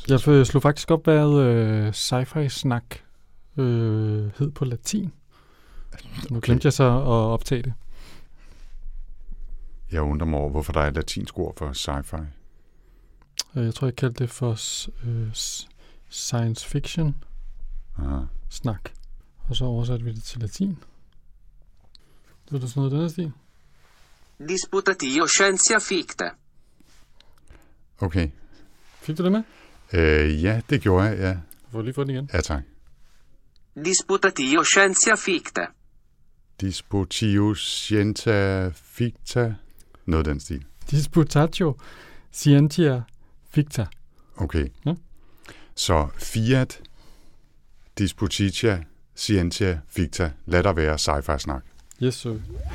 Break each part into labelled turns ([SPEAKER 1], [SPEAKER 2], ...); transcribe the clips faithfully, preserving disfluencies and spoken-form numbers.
[SPEAKER 1] Jeg slog faktisk op, hvad øh, sci-fi-snak øh, hed på latin. Nu
[SPEAKER 2] Okay.
[SPEAKER 1] glemte jeg så at optage det.
[SPEAKER 2] Jeg undrer mig over, hvorfor der er et latinsk ord for sci-fi.
[SPEAKER 1] Øh, Jeg tror, jeg kaldte det for øh, science fiction
[SPEAKER 2] Aha.
[SPEAKER 1] snak. Og så oversatte vi det til latin. Ved du sådan noget af den stil?
[SPEAKER 3] Disputatio scientia ficta.
[SPEAKER 2] Okay.
[SPEAKER 1] Fik du det med?
[SPEAKER 2] Øh, ja, det gjorde jeg, ja.
[SPEAKER 1] Jeg får lige få den igen.
[SPEAKER 2] Ja, tak.
[SPEAKER 3] Disputatio scientia ficta.
[SPEAKER 2] Disputio scientia ficta. Noget af den stil.
[SPEAKER 1] Disputatio scientia ficta.
[SPEAKER 2] Okay.
[SPEAKER 1] Ja.
[SPEAKER 2] Så fiat disputitia scientia ficta. Lad der være sci-fi-snak.
[SPEAKER 1] Yes, sir.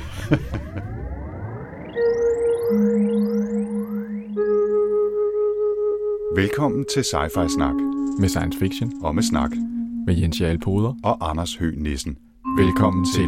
[SPEAKER 2] Velkommen til Sci-Fi-snak.
[SPEAKER 1] Med science fiction.
[SPEAKER 2] Og med snak.
[SPEAKER 1] Med Jens Jarl Poder.
[SPEAKER 2] Og Anders Høgh Nissen.
[SPEAKER 1] Velkommen til.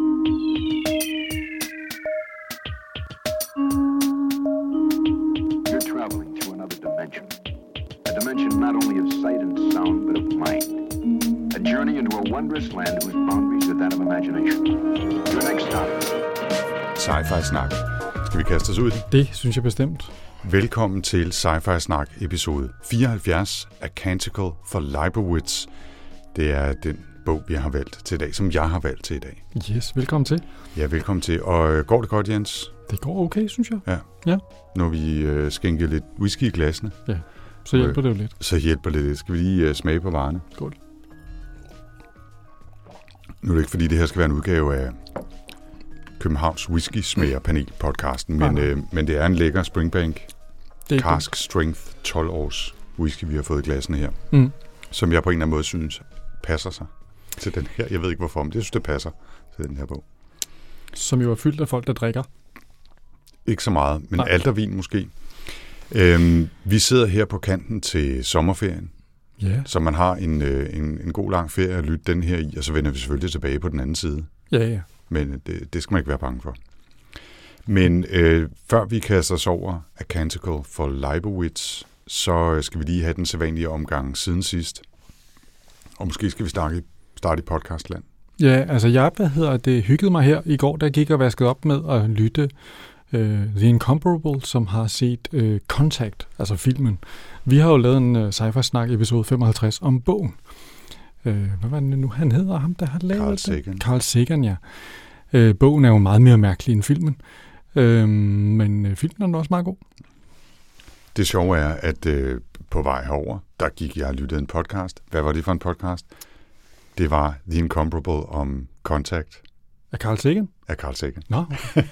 [SPEAKER 4] You're traveling to another dimension. A dimension not only of sight and sound, but of mind. A journey into a wondrous land whose boundaries are that of imagination. Your next stop.
[SPEAKER 2] Sci-Fi-snak. Skal vi kaste os ud i det?
[SPEAKER 1] Det synes jeg bestemt.
[SPEAKER 2] Velkommen til Sci-Fi-snak episode fireoghalvfjerds af Canticle for Leibowitz. Det er den bog, vi har valgt til i dag, som jeg har valgt til i dag.
[SPEAKER 1] Yes, velkommen til.
[SPEAKER 2] Ja, velkommen til. Og øh, går det godt, Jens?
[SPEAKER 1] Det går okay, synes jeg.
[SPEAKER 2] Ja.
[SPEAKER 1] Ja.
[SPEAKER 2] Når vi øh, skænker lidt whisky i glasene,
[SPEAKER 1] Ja, så hjælper det jo lidt.
[SPEAKER 2] så hjælper det lidt. Skal vi lige øh, smage på varerne?
[SPEAKER 1] Skål.
[SPEAKER 2] Nu er det ikke, fordi det her skal være en udgave af Københavns Whisky Smager Panel podcasten, men,
[SPEAKER 1] Nej, nej.
[SPEAKER 2] øh, men det er en lækker Springbank
[SPEAKER 1] Det er
[SPEAKER 2] Cask Strength tolv års whisky, vi har fået i glassene her,
[SPEAKER 1] Mm.
[SPEAKER 2] som jeg på en eller anden måde synes passer sig til den her. Jeg ved ikke hvorfor, men det synes, det passer til den her bog.
[SPEAKER 1] Som jo er fyldt af folk, der drikker.
[SPEAKER 2] Ikke så meget, men
[SPEAKER 1] Nej.
[SPEAKER 2] altervin måske. Øhm, vi sidder her på kanten til sommerferien,
[SPEAKER 1] Ja.
[SPEAKER 2] så man har en, øh, en, en god lang ferie at lytte den her i, og så vender vi selvfølgelig tilbage på den anden side.
[SPEAKER 1] Ja, ja.
[SPEAKER 2] Men det, det skal man ikke være bange for. Men øh, før vi kaster os over A Canticle for Leibowitz, så skal vi lige have den sædvanlige omgang siden sidst. Og måske skal vi starte, starte i podcastland.
[SPEAKER 1] Ja, altså jeg, hvad hedder det, hyggede mig her i går, der gik og vaskede op med at lytte uh, The Incomparable, som har set uh, Contact, altså filmen. Vi har jo lavet en uh, sci-fi-snak episode femoghalvtreds om bogen. Uh, hvad var det nu, han hedder, ham der har lavet
[SPEAKER 2] Carl
[SPEAKER 1] det?
[SPEAKER 2] Sagan.
[SPEAKER 1] Carl Sagan, ja. Uh, bogen er jo meget mere mærkelig end filmen, uh, men uh, filmen er også meget god.
[SPEAKER 2] Det sjove er, at øh, på vej herover, der gik jeg og lyttede en podcast. Hvad var det for en podcast? Det var The Incomparable om Contact
[SPEAKER 1] Er Carl Sagan?
[SPEAKER 2] af Carl Sagan.
[SPEAKER 1] Nå, okay.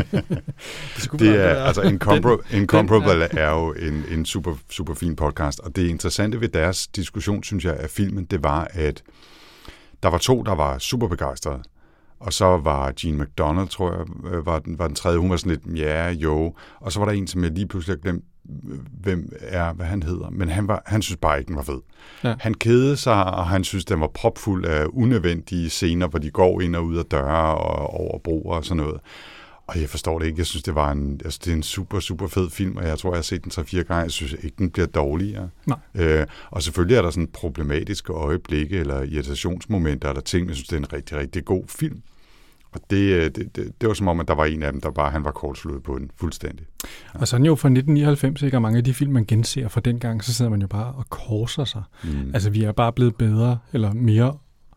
[SPEAKER 1] det skulle
[SPEAKER 2] Det
[SPEAKER 1] være,
[SPEAKER 2] er,
[SPEAKER 1] der-
[SPEAKER 2] altså Incompar- Incomparable
[SPEAKER 1] den
[SPEAKER 2] er jo en, en super, super fin podcast, og det interessante ved deres diskussion, synes jeg, af filmen, det var, at der var to, der var super begejstrede, og så var Jean McDonald, tror jeg, øh, var den, var den tredje, hun var sådan lidt, ja, jo, og så var der en, som jeg lige pludselig har glemt, øh, hvem er, hvad han hedder, men han, var, han synes bare ikke, den var fed.
[SPEAKER 1] Ja.
[SPEAKER 2] Han kedede sig, og han synes, den var propfuld af unødvendige scener, hvor de går ind og ud af døre og over broer og sådan noget. Og jeg forstår det ikke. Jeg synes, det var en, altså, det er en super, super fed film, og jeg tror, jeg har set den tre-fire gange. Jeg synes ikke, den bliver dårligere.
[SPEAKER 1] Nej.
[SPEAKER 2] Øh, og selvfølgelig er der sådan problematiske øjeblikke eller irritationsmomenter eller ting. Jeg synes, det er en rigtig, rigtig god film. Og det, det, det, det var som om, at der var en af dem, der bare, han var kortslået på den fuldstændig.
[SPEAKER 1] Og sådan jo fra nitten nioghalvfems, ikke? Og mange af de film, man genser fra den gang, så sidder man jo bare og korser sig.
[SPEAKER 2] Mm.
[SPEAKER 1] Altså, vi er bare blevet bedre, eller mere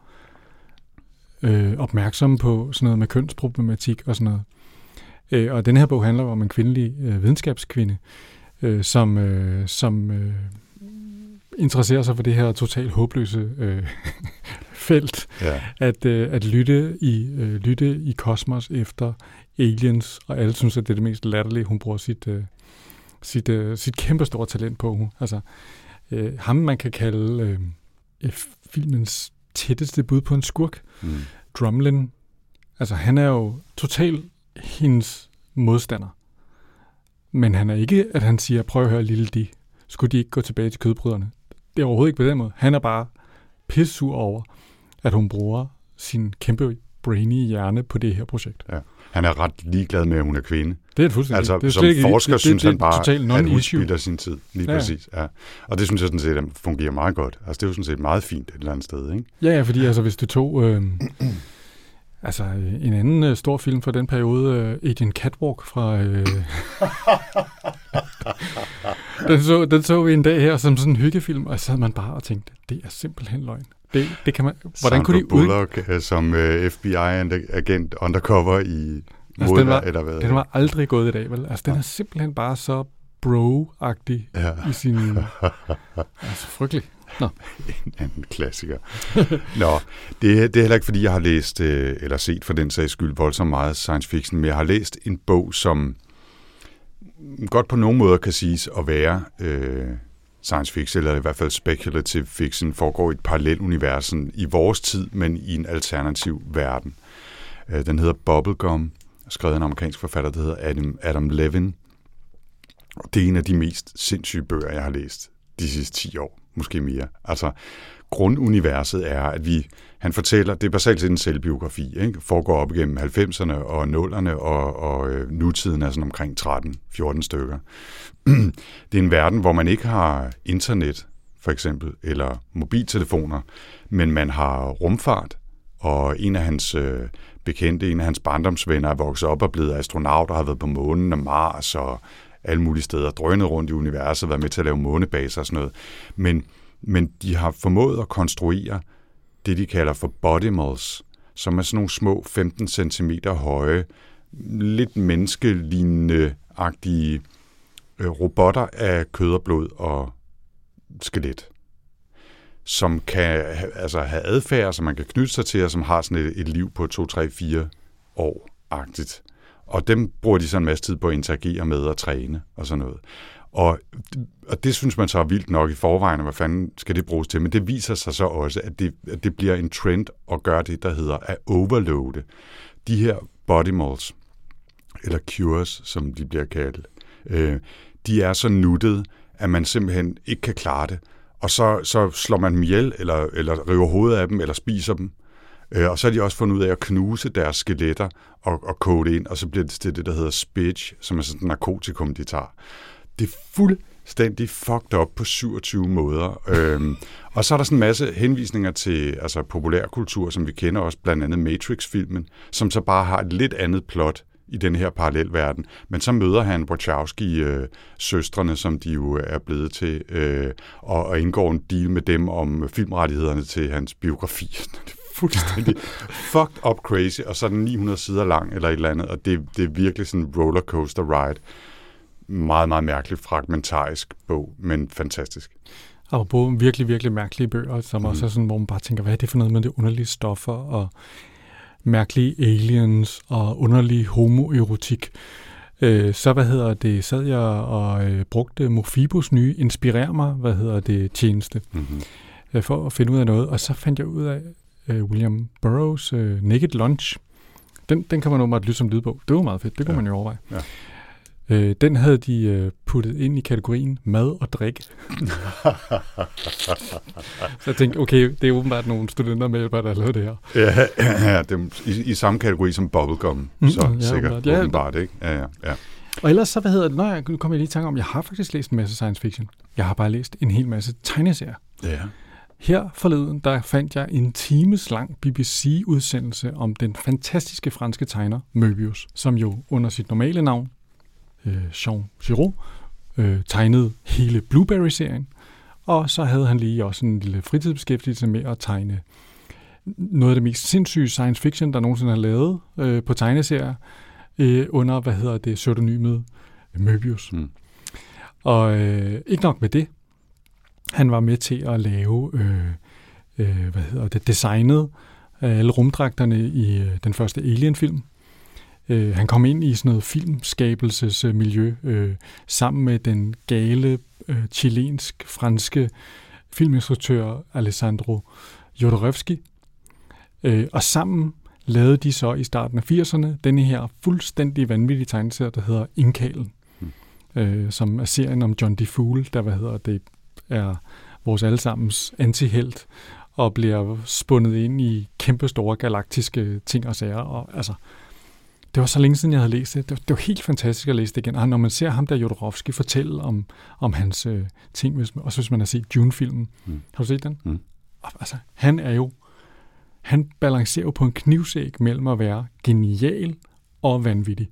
[SPEAKER 1] øh, opmærksomme på sådan noget med kønsproblematik og sådan noget. Øh, og den her bog handler om en kvindelig øh, videnskabskvinde, øh, som, øh, som øh, interesserer sig for det her totalt håbløse øh, felt,
[SPEAKER 2] Ja.
[SPEAKER 1] at, øh, at lytte, i, øh, lytte i kosmos efter aliens, og alle synes, at det er det mest latterlige, hun bruger sit, øh, sit, øh, sit kæmpestore talent på. Altså, øh, ham man kan kalde øh, filmens tætteste bud på en skurk,
[SPEAKER 2] Mm.
[SPEAKER 1] Drumlin. Altså, han er jo totalt hendes modstander. Men han er ikke, at han siger, prøv at høre, lille de, skulle de ikke gå tilbage til kødbryderne? Det er overhovedet ikke på den måde. Han er bare pissur over, at hun bruger sin kæmpe brainy hjerne på det her projekt.
[SPEAKER 2] Ja. Han er ret ligeglad med, at hun er kvinde.
[SPEAKER 1] Det er et fuldstændig.
[SPEAKER 2] Altså,
[SPEAKER 1] det er
[SPEAKER 2] som
[SPEAKER 1] ikke,
[SPEAKER 2] forsker
[SPEAKER 1] det, det,
[SPEAKER 2] synes
[SPEAKER 1] det,
[SPEAKER 2] han bare, at hun
[SPEAKER 1] issue.
[SPEAKER 2] spilder sin tid. Lige
[SPEAKER 1] ja.
[SPEAKER 2] præcis. Ja. Og det synes jeg sådan set fungerer meget godt. Altså, det er jo sådan set meget fint et eller andet sted, ikke?
[SPEAKER 1] Ja, ja, fordi altså, hvis du tog øh, altså, en anden øh, stor film fra den periode, øh, Agent Catwalk fra... Øh, den, så, den så vi en dag her som sådan en hyggefilm, og så sad man bare og tænkte, det er simpelthen løgn. Det, det kan man, hvordan
[SPEAKER 2] Sandra
[SPEAKER 1] kunne de
[SPEAKER 2] Bullock ud... som uh, F B I-agent undercover i
[SPEAKER 1] altså,
[SPEAKER 2] Moder,
[SPEAKER 1] den var,
[SPEAKER 2] eller hvad?
[SPEAKER 1] Den var aldrig gået i dag, vel? Altså, den er simpelthen bare så bro-agtig ja. i sin... altså, frygtelig. Nå.
[SPEAKER 2] En anden klassiker. Nå, det, det er heller ikke, fordi jeg har læst, øh, eller set for den sags skyld, voldsomt meget science fiction, men jeg har læst en bog, som godt på nogen måder kan siges at være... Øh, science fiction, eller i hvert fald speculative fiction, foregår i et parallelunivers i vores tid, men i en alternativ verden. Den hedder Bubblegum, skrevet af en amerikansk forfatter, der hedder Adam, Adam Levin. Det er en af de mest sindssyge bøger, jeg har læst de sidste ti år, måske mere. Altså, grunduniverset er, at vi, han fortæller, det er basalt set en selvbiografi, ikke? Foregår op igennem halvfemserne og nullerne, og, og øh, nutiden er sådan omkring tretten fjorten stykker. Det er en verden, hvor man ikke har internet, for eksempel, eller mobiltelefoner, men man har rumfart, og en af hans øh, bekendte, en af hans barndomsvenner er vokset op og blevet astronaut og har været på månen og Mars og alle mulige steder, drønet rundt i universet, været med til at lave månebaser og sådan noget. Men, men de har formået at konstruere det, de kalder for bodymals, som er sådan nogle små femten centimeter høje, lidt menneskelignende-agtige øh, robotter af kød og blod og skelet, som kan altså have adfærd, som man kan knytte sig til, og som har sådan et, et liv på to, tre, fire år-agtigt. Og dem bruger de så en masse tid på at interagere med og træne og sådan noget. Og, og det synes man så er vildt nok i forvejen, og hvad fanden skal det bruges til? Men det viser sig så også, at det, at det bliver en trend at gøre det, der hedder at overloade. De her bodymals, eller cures, som de bliver kaldt, øh, de er så nuttede, at man simpelthen ikke kan klare det. Og så, så slår man dem ihjel, eller, eller river hovedet af dem, eller spiser dem. Øh, og så har de også fundet ud af at knuse deres skeletter og, og koge det ind, og så bliver det til det, der hedder spitch, som er sådan et narkotikum, de tager. Det er fuldstændig fucked up på syvogtyve måder. Øhm, og så er der sådan en masse henvisninger til altså, populærkultur, som vi kender også, blandt andet Matrix-filmen, som så bare har et lidt andet plot i den her parallelverden. Men så møder han Wachowski-søstrene, som de jo er blevet til, øh, og, og indgår en deal med dem om filmrettighederne til hans biografi. Det er fuldstændig fucked up crazy, og så er den ni hundrede sider lang eller et eller andet, og det, det er virkelig sådan en rollercoaster ride. Meget, meget mærkeligt fragmentarisk bog, men fantastisk.
[SPEAKER 1] Og på virkelig, virkelig mærkelige bøger, som mm. også er sådan, hvor man bare tænker, hvad er det for noget med det underlige stoffer, og mærkelige aliens, og underlig homoerotik. Øh, så, hvad hedder det, sad jeg og øh, brugte Mofibos nye Inspirer mig, hvad hedder det, tjeneste, mm-hmm. øh, for at finde ud af noget, og så fandt jeg ud af øh, William Burroughs øh, Naked Lunch. Den, den kan man åbenbart lytte som lydbog. Det var meget fedt, det kunne ja. man jo overveje. Ja. Øh, den havde de øh, puttet ind i kategorien mad og drik. Så jeg tænkte, okay, det er åbenbart nogle studenter med hjælper, der har lavet det her.
[SPEAKER 2] Ja, ja det er i, i samme kategori som Bubblegum, mm, så ja, sikkert åbenbart, ja, åbenbart ikke? Ja, ja, ja.
[SPEAKER 1] Og ellers så, hvad hedder det, når jeg nu kommer jeg lige i tanke om, jeg har faktisk læst en masse science fiction. Jeg har bare læst en hel masse tegneserier.
[SPEAKER 2] Ja.
[SPEAKER 1] Her forleden, der fandt jeg en times lang B B C-udsendelse om den fantastiske franske tegner Möbius, som jo under sit normale navn, øh, Jean Giraud, øh, tegnede hele Blueberry-serien, og så havde han lige også en lille fritidsbeskæftigelse med at tegne noget af det mest sindssyge science fiction, der nogensinde har lavet øh, på tegneserier, øh, under, hvad hedder det, pseudonymet Möbius. Mm. Og øh, ikke nok med det, han var med til at lave, øh, øh, hvad hedder det, designet af alle rumdragterne i øh, den første Alien-film. Øh, han kom ind i sådan noget filmskabelsesmiljø øh, sammen med den gale, øh, chilensk-franske filminstruktør Alessandro Jodorowsky. Øh, og sammen lavede de så i starten af firserne denne her fuldstændig vanvittige tegneserie, der hedder Inkalen, mm. øh, som er serien om John D. Fool, der hvad hedder det, er vores allesammens antihelt, og bliver spundet ind i kæmpe store galaktiske ting og sager. Og, altså, det var så længe siden, jeg havde læst det. Det var, det var helt fantastisk at læse det igen. Og når man ser ham der, Jodorowsky, fortælle om, om hans øh, ting, hvis man, også hvis man har set Dune-filmen. Mm. Har du set den? Mm. Altså, han er jo, han balancerer jo på en knivsæg mellem at være genial og vanvittig.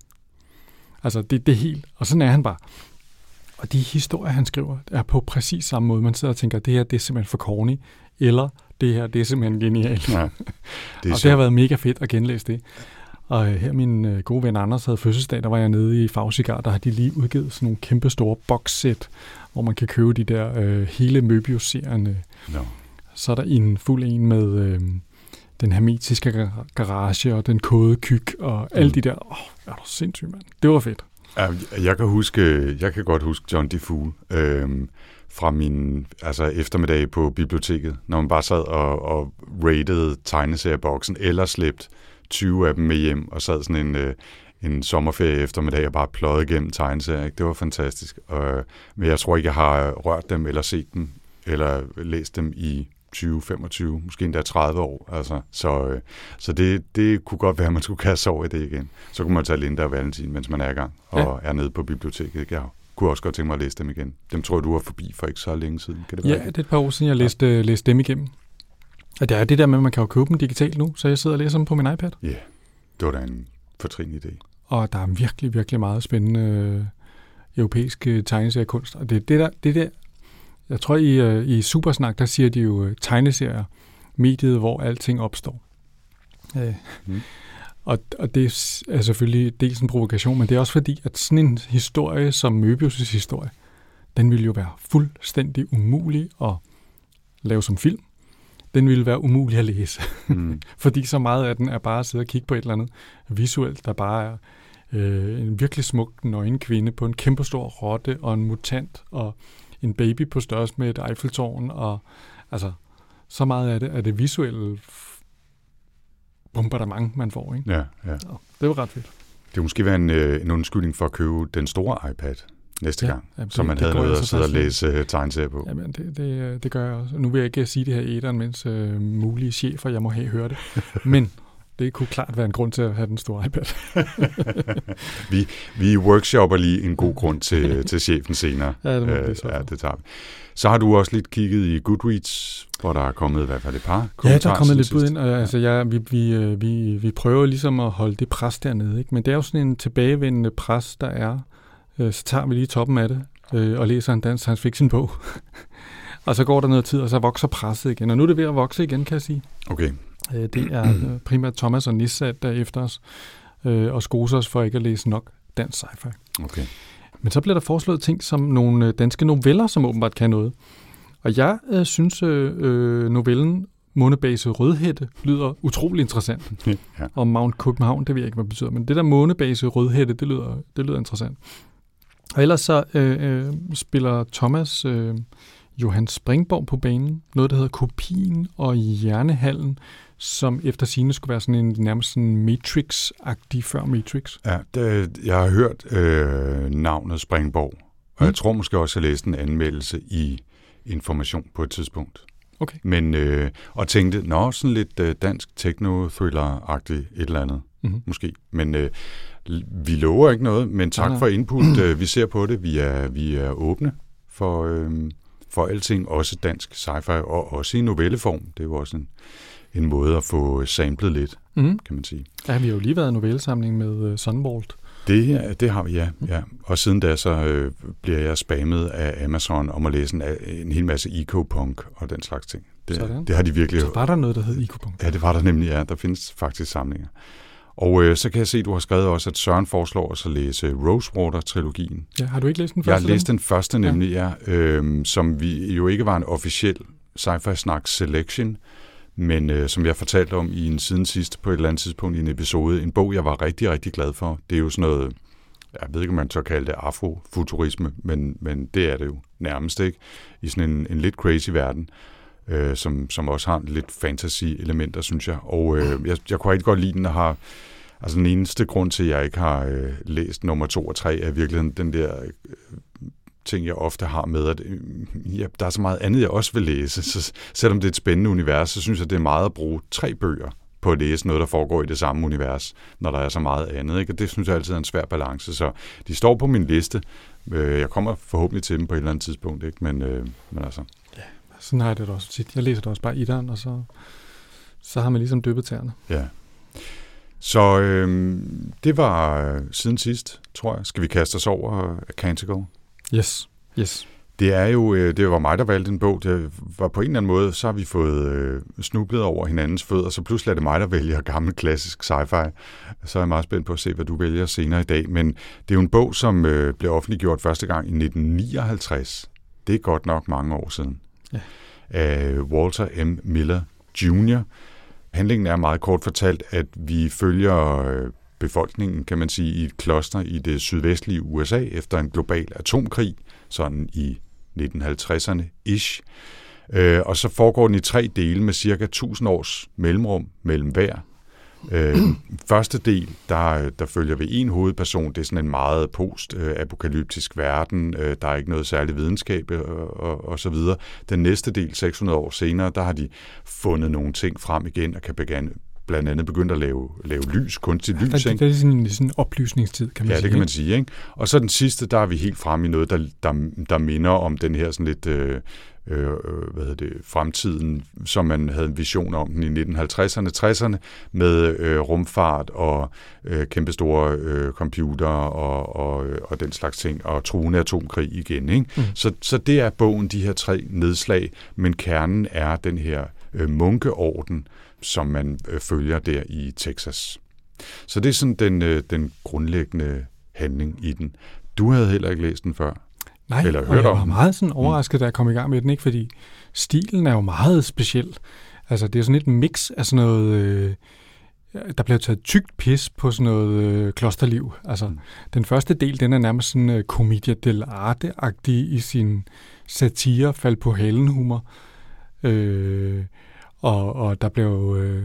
[SPEAKER 1] Altså, det, det er helt, og sådan er han bare. Og de historier, han skriver, er på præcis samme måde. Man sidder og tænker, det her, det er simpelthen for corny, eller det her, det er simpelthen genialt. Ja, det og så. Det har været mega fedt at genlæse det. Og her min øh, gode ven Anders havde fødselsdag, der var jeg nede i Fagcigar, der har de lige udgivet sådan nogle kæmpe store boxsæt, hvor man kan købe de der øh, hele Möbius-serien. No. Så er der en fuld en med øh, den hermetiske garage og den kode kyg og mm. alle de der. Åh, oh, er du sindssygt, mand. Det var fedt.
[SPEAKER 2] Jeg kan huske, jeg kan godt huske John DeFoe øh, fra min altså eftermiddag på biblioteket, når man bare sad og, og rated tegneserieboksen eller slæbt tyve af dem med hjem og sad sådan en, øh, en sommerferie eftermiddag og bare pløjede igennem tegneserier. Ikke? Det var fantastisk. Og, men jeg tror ikke, jeg har rørt dem eller set dem eller læst dem i tyve, femogtyve, måske endda tredive år. Altså, så øh, så det, det kunne godt være, at man skulle kaste sig over i det igen. Så kunne man tage Linda og Valentin, mens man er i gang og ja. er nede på biblioteket. Jeg kunne også godt tænke mig at læse dem igen. Dem tror jeg, du var forbi for ikke så længe siden. Kan det
[SPEAKER 1] ja,
[SPEAKER 2] være?
[SPEAKER 1] det er et par år siden, jeg læste, ja. læste dem igennem. Og det er det der med, at man kan jo købe dem digitalt nu, så jeg sidder og læser dem på min iPad.
[SPEAKER 2] Ja, yeah. Det var da en fortrinlig idé.
[SPEAKER 1] Og der er virkelig, virkelig meget spændende øh, europæisk øh, tegneseriekunst. Og det er det der, det der, jeg tror i, øh, i Supersnak, der siger de jo øh, tegneserier, mediet, hvor alting opstår. Øh, mm. og, og det er selvfølgelig dels en provokation, men det er også fordi, at sådan en historie som Möbius' historie, den ville jo være fuldstændig umulig at lave som film. Den ville være umulig at læse. Mm. Fordi så meget af den er bare at sidde og kigge på et eller andet visuelt, der bare er øh, en virkelig smuk nøgen kvinde på en kæmpestor rotte og en mutant og en baby på størrelse med et Eiffeltårn. Og altså, så meget af det er det visuelle bombardement, man får. Ikke?
[SPEAKER 2] Ja, ja.
[SPEAKER 1] Så, det var ret fedt.
[SPEAKER 2] Det kunne måske være en, en undskyldning for at købe den store iPad næste ja, gang, ja, det, så man det havde noget at sidde og læse tegneserier på.
[SPEAKER 1] Jamen, det, det, det gør jeg også. Nu vil jeg ikke sige det her i æteren, mens øh, mulige chefer, jeg må have hørt det. Men det kunne klart være en grund til at have den store iPad.
[SPEAKER 2] vi, vi workshopper lige en god grund til, til chefen senere.
[SPEAKER 1] Ja, det må øh, det,
[SPEAKER 2] ja, det tager vi. Så har du også lidt kigget i Goodreads, hvor der er kommet i hvert fald et par kommentarer.
[SPEAKER 1] Ja, der er kommet lidt bud ind. Altså, ja, vi, vi, vi, vi prøver ligesom at holde det pres dernede. Ikke? Men det er jo sådan en tilbagevendende pres, der er. Så tager vi lige toppen af det øh, og læser en dansk science fiction bog. Og så går der noget tid, og så vokser presset igen. Og nu er det ved at vokse igen, kan jeg sige.
[SPEAKER 2] Okay.
[SPEAKER 1] Øh, det er øh, primært Thomas og Nissat, der efter os øh, og skoser os for ikke at læse nok dansk sci-fi.
[SPEAKER 2] Okay.
[SPEAKER 1] Men så bliver der foreslået ting som nogle danske noveller, som åbenbart kan noget. Og jeg øh, synes, øh, novellen Månebase Rødhætte lyder utrolig interessant. Ja. Og Mount København, det ved jeg ikke, hvad det betyder. Men det der Månebase Rødhætte, det lyder, det lyder interessant. Og ellers så øh, øh, spiller Thomas øh, Johan Springborg på banen. Noget, der hedder Kopien og Hjernehallen, som efter sigende skulle være sådan en nærmest sådan Matrix-agtig før Matrix.
[SPEAKER 2] Ja, det, jeg har hørt øh, navnet Springborg, og mm. jeg tror måske også, at jeg læste en anmeldelse i Information på et tidspunkt.
[SPEAKER 1] Okay.
[SPEAKER 2] Men, øh, og tænkte, nå, sådan lidt øh, dansk techno-thriller-agtigt et eller andet, mm-hmm. måske. Men øh, vi lover ikke noget, men tak ja, for input. Vi ser på det. Vi er, vi er åbne for, øh, for alting, også dansk sci-fi, og også i novelleform. Det er jo også en, en måde at få samlet lidt, mm-hmm. kan man sige.
[SPEAKER 1] Ja, vi har jo lige været i novellesamling med uh, Sunwalt.
[SPEAKER 2] Det, det har vi, ja. ja. Og siden da, så øh, bliver jeg spammet af Amazon om at læse en, en hel masse ecopunk og den slags ting. Det, det har de virkelig...
[SPEAKER 1] Så var der noget, der hed ecopunk?
[SPEAKER 2] Ja, det var der nemlig, ja. Der findes faktisk samlinger. Og øh, så kan jeg se, at du har skrevet også, at Søren foreslår os at læse Rosewater-trilogien.
[SPEAKER 1] Ja, har du ikke læst den første?
[SPEAKER 2] Jeg har læst den første nemlig, ja. ja øh, som vi jo ikke var en officiel sci-fi-snak selection, men øh, som jeg fortalte om i en siden sidst på et eller andet tidspunkt i en episode. En bog, jeg var rigtig, rigtig glad for. Det er jo sådan noget, jeg ved ikke, om man tør kalde det afrofuturisme, men, men det er det jo nærmest, ikke? I sådan en, en lidt crazy verden. Øh, som, som også har lidt fantasy-elementer, synes jeg. Og øh, jeg, jeg kunne rigtig godt lide den, og har... Altså, den eneste grund til, at jeg ikke har øh, læst nummer to og tre, er virkelig den der øh, ting, jeg ofte har med, at øh, ja, der er så meget andet, jeg også vil læse. Så selvom det er et spændende univers, så synes jeg, det er meget at bruge tre bøger på at læse noget, der foregår i det samme univers, når der er så meget andet. Ikke? Og det synes jeg altid er en svær balance. Så de står på min liste. Jeg kommer forhåbentlig til dem på et eller andet tidspunkt, ikke? Men, øh, men altså...
[SPEAKER 1] Ja, sådan har jeg det også tit. Jeg læser det også bare i den, og så, så har man ligesom dyppet tæerne.
[SPEAKER 2] Ja. Så øh, det var siden sidst, tror jeg. Skal vi kaste os over A Canticle?
[SPEAKER 1] Yes, yes.
[SPEAKER 2] Det er jo, det var mig, der valgte en bog. Det var på en eller anden måde, så har vi fået øh, snublet over hinandens fødder, så pludselig er det mig, der vælger gammel klassisk sci-fi. Så er jeg meget spændt på at se, hvad du vælger senere i dag. Men det er jo en bog, som øh, blev offentliggjort første gang i nitten nioghalvtreds. Det er godt nok mange år siden. Ja. Af Walter M. Miller junior Handlingen er meget kort fortalt, at vi følger øh, befolkningen, kan man sige, i et kloster i det sydvestlige U S A efter en global atomkrig, sådan i nitten halvtredserne-ish. Øh, og så foregår den i tre dele med cirka tusind års mellemrum mellem hver. Øh, første del, der, der følger vi en hovedperson. Det er sådan en meget post-apokalyptisk verden. Øh, der er ikke noget særligt videnskab og, og, og så videre. Den næste del, seks hundrede år senere, der har de fundet nogle ting frem igen og kan begynde blandt andet begyndt at lave, lave lys, kunstigt lys.
[SPEAKER 1] Ja, det, det er sådan en, sådan en oplysningstid, kan man
[SPEAKER 2] ja,
[SPEAKER 1] sige.
[SPEAKER 2] Ja, det kan man sige. Ikke? Og så den sidste, der er vi helt fremme i noget, der, der, der minder om den her sådan lidt øh, øh, hvad hedder det, fremtiden, som man havde en vision om den i nitten halvtredserne, tresserne, med øh, rumfart og øh, kæmpestore øh, computer og, og, og den slags ting, og truende atomkrig igen. Ikke? Mm. Så, så det er bogen, de her tre nedslag, men kernen er den her øh, munkeorden, som man øh, følger der i Texas. Så det er sådan den, øh, den grundlæggende handling i den. Du havde heller ikke læst den før?
[SPEAKER 1] Nej,
[SPEAKER 2] eller
[SPEAKER 1] hørt
[SPEAKER 2] hørt
[SPEAKER 1] og jeg
[SPEAKER 2] om
[SPEAKER 1] var
[SPEAKER 2] den.
[SPEAKER 1] meget sådan overrasket, da jeg kom i gang med den, ikke? Fordi stilen er jo meget speciel. Altså, det er sådan et mix af sådan noget... Øh, der bliver taget tykt pis på sådan noget øh, klosterliv. Altså, mm. den første del, den er nærmest sådan øh, commedia dell'arte-agtig i sin satire, fald på halen-humor. Øh... Og, og der blev, øh,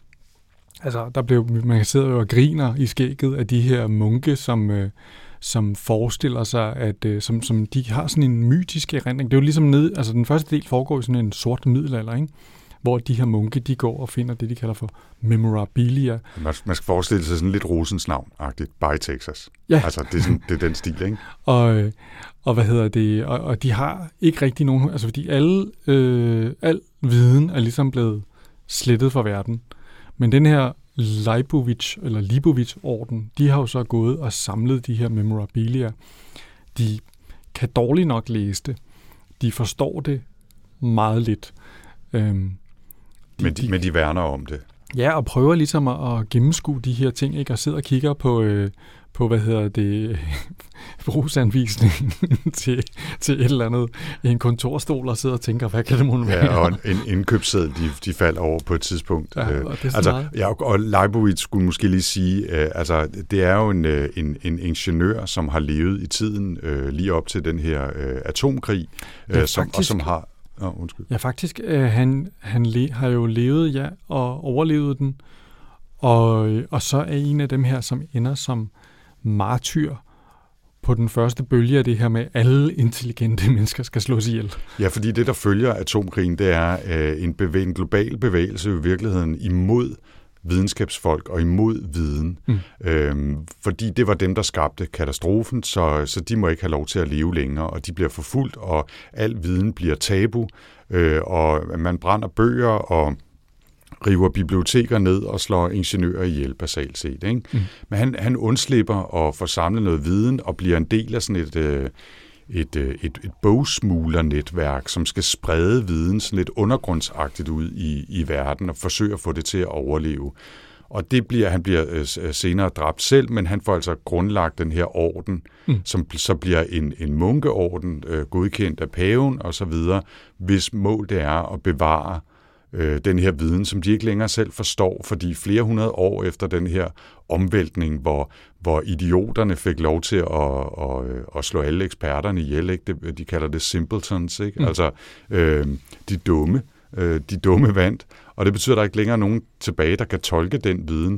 [SPEAKER 1] altså der blev, man kan sidde og griner i skægget af de her munke, som, øh, som forestiller sig, at øh, som, som de har sådan en mytisk erindring. Det er jo ligesom ned, altså den første del foregår i sådan en sort middelalder, ikke? Hvor de her munke, de går og finder det, de kalder for memorabilia.
[SPEAKER 2] Man, man skal forestille sig sådan lidt Rosens navn-agtigt, by Texas.
[SPEAKER 1] Ja.
[SPEAKER 2] Altså, det er, sådan, det er den stil, ikke?
[SPEAKER 1] og, og hvad hedder det? Og, og de har ikke rigtig nogen... Altså, fordi alle, øh, al viden er ligesom blevet slettet fra verden. Men den her Leibovitch, eller Leibovitch-orden, de har jo så gået og samlet de her memorabilia. De kan dårligt nok læse det. De forstår det meget lidt. Øhm,
[SPEAKER 2] de, men, de, men de værner om det.
[SPEAKER 1] Ja, og prøver ligesom at, at gennemskue de her ting, ikke? Og sidder og kigger på, øh, på hvad hedder det, brugsanvisningen til, til et eller andet, en kontorstol, og sidder og tænker, hvad kan det måtte være?
[SPEAKER 2] Ja, og en, en indkøbsseddel, de, de faldt over på et tidspunkt.
[SPEAKER 1] Ja, og det er
[SPEAKER 2] altså, ja, og Leibovitz skulle måske lige sige, øh, altså, det er jo en, en, en ingeniør, som har levet i tiden øh, lige op til den her øh, atomkrig, øh,
[SPEAKER 1] ja,
[SPEAKER 2] som,
[SPEAKER 1] faktisk,
[SPEAKER 2] og som har... Oh, undskyld.
[SPEAKER 1] Ja, faktisk, øh, han, han le, har jo levet, ja, og overlevet den, og, og så er en af dem her, som ender som martyr på den første bølge af det her med, at alle intelligente mennesker skal slås ihjel.
[SPEAKER 2] Ja, fordi det, der følger atomkrigen, det er øh, en, bevæ- en global bevægelse i virkeligheden imod videnskabsfolk og imod viden. Mm. Øhm, fordi det var dem, der skabte katastrofen, så, så de må ikke have lov til at leve længere, og de bliver forfulgt, og al viden bliver tabu, øh, og man brænder bøger og river biblioteker ned og slår ingeniører ihjel basalt set. Ikke? Mm. Men han, han undslipper og får samlet noget viden og bliver en del af sådan et, øh, et, øh, et, et bogsmuglernetværk, som skal sprede viden sådan lidt undergrundsagtigt ud i, i verden og forsøge at få det til at overleve. Og det bliver, han bliver øh, senere dræbt selv, men han får altså grundlagt den her orden, mm. som så bliver en, en munkeorden, øh, godkendt af paven og så videre, hvis mål det er at bevare øh, den her viden, som de ikke længere selv forstår, fordi flere hundrede år efter den her omvæltning, hvor, hvor idioterne fik lov til at, at, at slå alle eksperterne ihjel, ikke? De, de kalder det simpletons, ikke? Mm. Altså øh, de dumme, øh, de dumme vandt, og det betyder, at der ikke længere er nogen tilbage, der kan tolke den viden.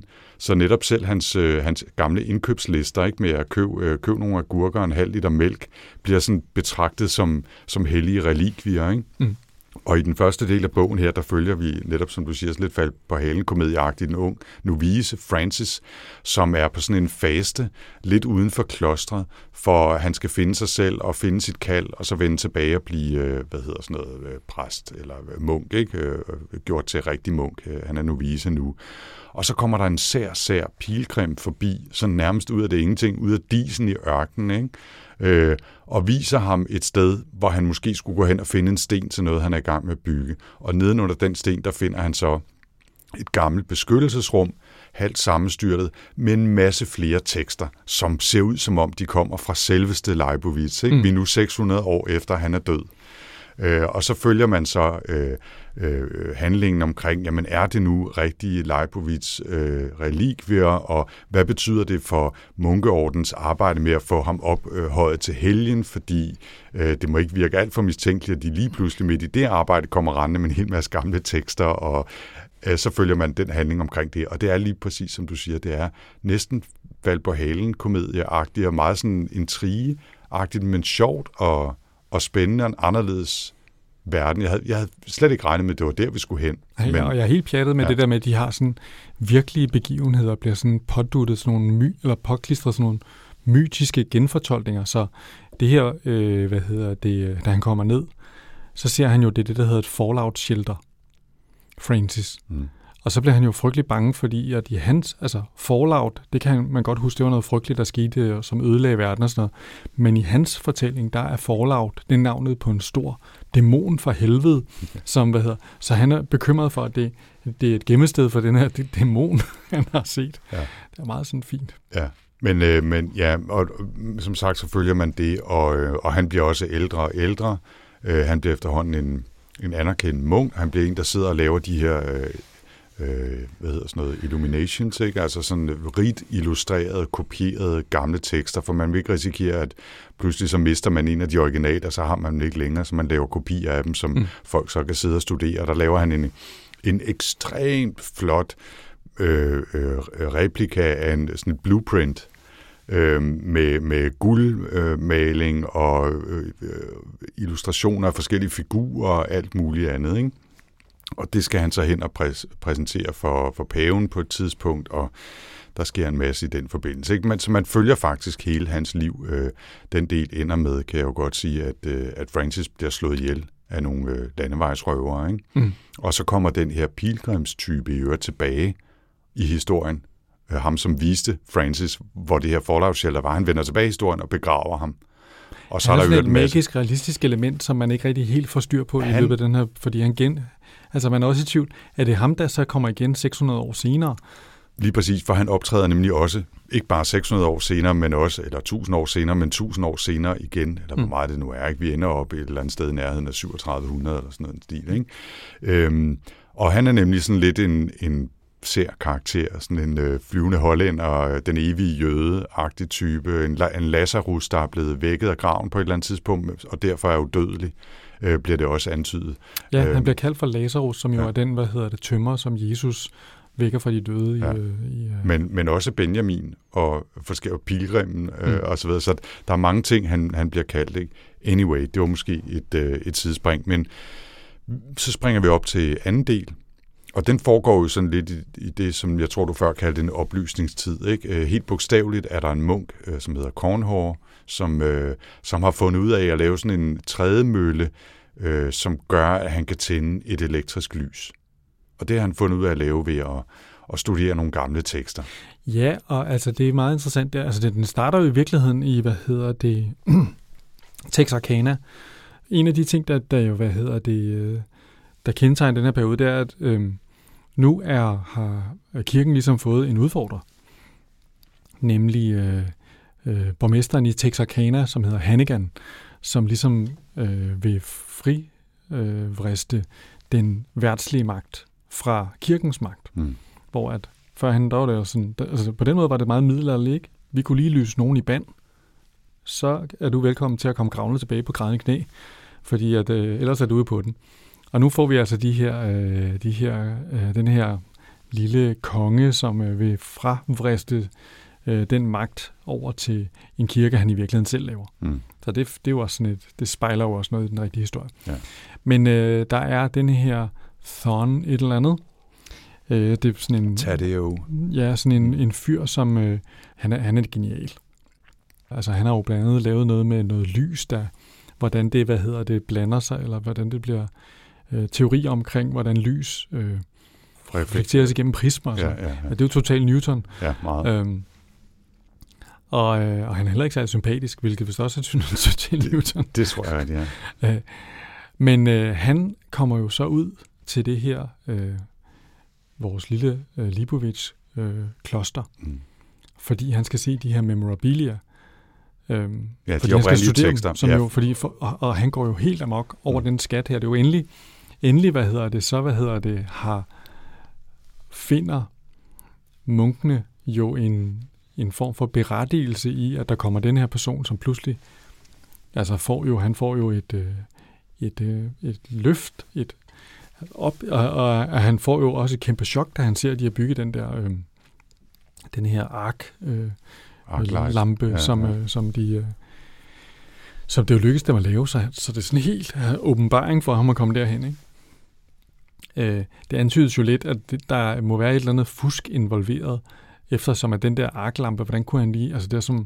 [SPEAKER 2] Så netop selv hans, øh, hans gamle indkøbslister, ikke, med at købe, øh, købe nogle agurker og en halv liter mælk, bliver sådan betragtet som, som hellige relikvier, ikke? Mm. Og i den første del af bogen her, der følger vi netop, som du siger, lidt fald på halen komedieagtigt en ung novice, Francis, som er på sådan en faste, lidt uden for klostret, for han skal finde sig selv og finde sit kald, og så vende tilbage og blive, hvad hedder sådan noget, præst eller munk, ikke? Gjort til rigtig munk. Han er novice nu. Og så kommer der en sær, sær pilgrim forbi, sådan nærmest ud af det ingenting, ud af disen i ørkenen, ikke? Øh, og viser ham et sted, hvor han måske skulle gå hen og finde en sten til noget, han er i gang med at bygge. Og nedenunder den sten, der finder han så et gammelt beskyttelsesrum, halvt sammenstyrtet, med en masse flere tekster, som ser ud som om, de kommer fra selveste Leibowitz. Ikke? Mm. Vi er nu seks hundrede år efter, han er død. Øh, og så følger man så øh, øh, handlingen omkring, jamen er det nu rigtige Leibowitz øh, relikvier, og hvad betyder det for munkeordens arbejde med at få ham ophøjet øh, til helgen, fordi øh, det må ikke virke alt for mistænkeligt, at de lige pludselig midt i det arbejde kommer rendende med en hel masse gamle tekster, og øh, så følger man den handling omkring det, og det er lige præcis som du siger, det er næsten fald på halen komedieagtigt, og meget sådan intrigeagtigt, men sjovt og og spændende og en anderledes verden. Jeg havde, jeg havde slet ikke regnet med, at det var der, vi skulle hen.
[SPEAKER 1] Ja, men, og jeg er helt pjattet med ja. det der med, at de har sådan virkelige begivenheder, bliver sådan påduttet sådan nogle my, eller påklistret sådan nogle mytiske genfortolkninger. Så det her, øh, hvad hedder det, da han kommer ned, så ser han jo det, det der hedder et fallout shelter, Francis. Mm. Og så bliver han jo frygtelig bange, fordi at i hans, altså Fallout, det kan man godt huske, det var noget frygteligt, der skete, som ødelagde verden og sådan noget. Men i hans fortælling, der er Fallout, det er navnet på en stor dæmon fra helvede, okay. som, hvad hedder, så han er bekymret for, at det, det er et gemmested for den her dæmon, han har set. Ja. Det er meget sådan fint.
[SPEAKER 2] Ja, men, øh, men ja, og som sagt, så følger man det, og, øh, og han bliver også ældre og ældre. Øh, han bliver efterhånden en, en anerkendt munk. Han bliver en, der sidder og laver de her Øh, Øh, hvad hedder sådan noget, illuminations, ikke? Altså sådan rigt illustrerede, kopierede gamle tekster, for man vil ikke risikere, at pludselig så mister man en af de originaler, så har man dem ikke længere, så man laver kopier af dem, som mm. folk så kan sidde og studere. Der laver han en, en ekstremt flot øh, øh, replika af en sådan et blueprint, øh, med, med guldmaling øh, og øh, illustrationer af forskellige figurer og alt muligt andet, ikke? Og det skal han så hen og præs- præsentere for, for paven på et tidspunkt, og der sker en masse i den forbindelse. Ikke? Men, så man følger faktisk hele hans liv. Øh, den del ender med, kan jeg jo godt sige, at, øh, at Francis bliver slået ihjel af nogle øh, landevejsrøvere. Ikke? Mm. Og så kommer den her pilgrimstype i øvrigt tilbage i historien. Øh, ham, som viste Francis, hvor det her Fallout Shelter var. Han vender tilbage i historien og begraver ham. Og så
[SPEAKER 1] han er,
[SPEAKER 2] er der
[SPEAKER 1] et magisk, realistisk element, som man ikke rigtig helt får styr på han, i løbet af den her, fordi han gen... Altså man er også i tvivl, er det ham, der så kommer igen seks hundrede år senere?
[SPEAKER 2] Lige præcis, for han optræder nemlig også, ikke bare seks hundrede år senere, men også, eller tusind år senere, men tusind år senere igen, eller hvor meget det nu er, ikke? Vi ender op et eller andet sted i nærheden af syvogtredive hundrede eller sådan noget en stil, ikke? Øhm, og han er nemlig sådan lidt en, en sær karakter, sådan en øh, flyvende hollænder, den evige jøde-agtig type, en, en Lazarus, der er blevet vækket af graven på et eller andet tidspunkt, og derfor er udødelig. Øh, bliver det også antydet.
[SPEAKER 1] Ja, han øh, bliver kaldt for Lazarus, som jo ja. er den, hvad hedder det, tømmer, som Jesus vækker fra de døde.
[SPEAKER 2] Ja.
[SPEAKER 1] I, i, uh...
[SPEAKER 2] men, men også Benjamin og forskellige pilgrimen øh, mm. og så videre. Så der er mange ting, han, han bliver kaldt. Ikke? Anyway, det var måske et, øh, et sidespring. Men så springer vi op til anden del. Og den foregår jo sådan lidt i, i det, som jeg tror, du før kaldte en oplysningstid. Ikke? Helt bogstaveligt er der en munk, øh, som hedder Kornhår, som, øh, som har fundet ud af at lave sådan en trædemølle, øh, som gør, at han kan tænde et elektrisk lys. Og det har han fundet ud af at lave ved at, at studere nogle gamle tekster.
[SPEAKER 1] Ja, og altså det er meget interessant der. Altså det, den starter jo i virkeligheden i, hvad hedder det, Texarkana. En af de ting, der, der jo, hvad hedder det, der kendetegner den her periode, det er, at øh, nu er, har kirken ligesom fået en udfordrer. Nemlig øh, øh, borgmesteren i Texarkana, som hedder Hannigan, som ligesom øh, vil frivriste øh, den verdslige magt fra kirkens magt. Mm. Hvor at førhen, der var det jo sådan, der, altså på den måde var det meget middelalderligt, ikke? Vi kunne lige lyse nogen i band, så er du velkommen til at komme gravende tilbage på grædende knæ, fordi at, øh, ellers er du ude på den. Og nu får vi altså de her, øh, de her, øh, den her lille konge, som øh, vil fravriste øh, den magt over til en kirke, han i virkeligheden selv laver.
[SPEAKER 2] Mm.
[SPEAKER 1] Så det, det er jo også sådan et, det spejler jo også noget i den rigtige historie.
[SPEAKER 2] Ja.
[SPEAKER 1] Men øh, der er denne her Thon et eller andet. Øh, det er sådan en...
[SPEAKER 2] Tadeo.
[SPEAKER 1] Ja, sådan en, en fyr, som... Øh, han, er, han er genial. Altså, han har jo blandt andet lavet noget med noget lys, der... Hvordan det, hvad hedder det, blander sig, eller hvordan det bliver... Øh, teorier omkring, hvordan lys... Øh, reflekteres igennem prismer.
[SPEAKER 2] Ja, ja, ja.
[SPEAKER 1] Ja, det er jo totalt Newton.
[SPEAKER 2] Ja, meget.
[SPEAKER 1] Øhm, og, øh, og han er heller ikke særlig sympatisk, hvilket vist også er totalt Newton.
[SPEAKER 2] Det, det tror jeg rigtigt, ja.
[SPEAKER 1] Øh, men øh, han kommer jo så ud til det her, øh, vores lille øh, Lipovich-kloster, øh, mm. fordi han skal se de her memorabilia. Øh,
[SPEAKER 2] ja,
[SPEAKER 1] fordi
[SPEAKER 2] de
[SPEAKER 1] han skal studere
[SPEAKER 2] tekster.
[SPEAKER 1] dem, som ja. jo, fordi for, og, og han går jo helt amok over mm. den skat her. Det er jo endelig, endelig, hvad hedder det, så hvad hedder det, har finder munkene jo en, en form for berettigelse i, at der kommer den her person, som pludselig, altså får jo, han får jo et, et, et, et løft, et op, og, og, og han får jo også et kæmpe chok, da han ser, at de har bygget den der, øh, den her ark, øh, lampe, ja, som, ja. Øh, som de, øh, som det jo lykkedes dem at lave, så, så det er sådan en helt øh, åbenbaring for ham at komme derhen, ikke? Øh, det antydes jo lidt, at det, der må være et eller andet fusk involveret, eftersom at den der arklampe, hvordan kunne han lige, altså det er som,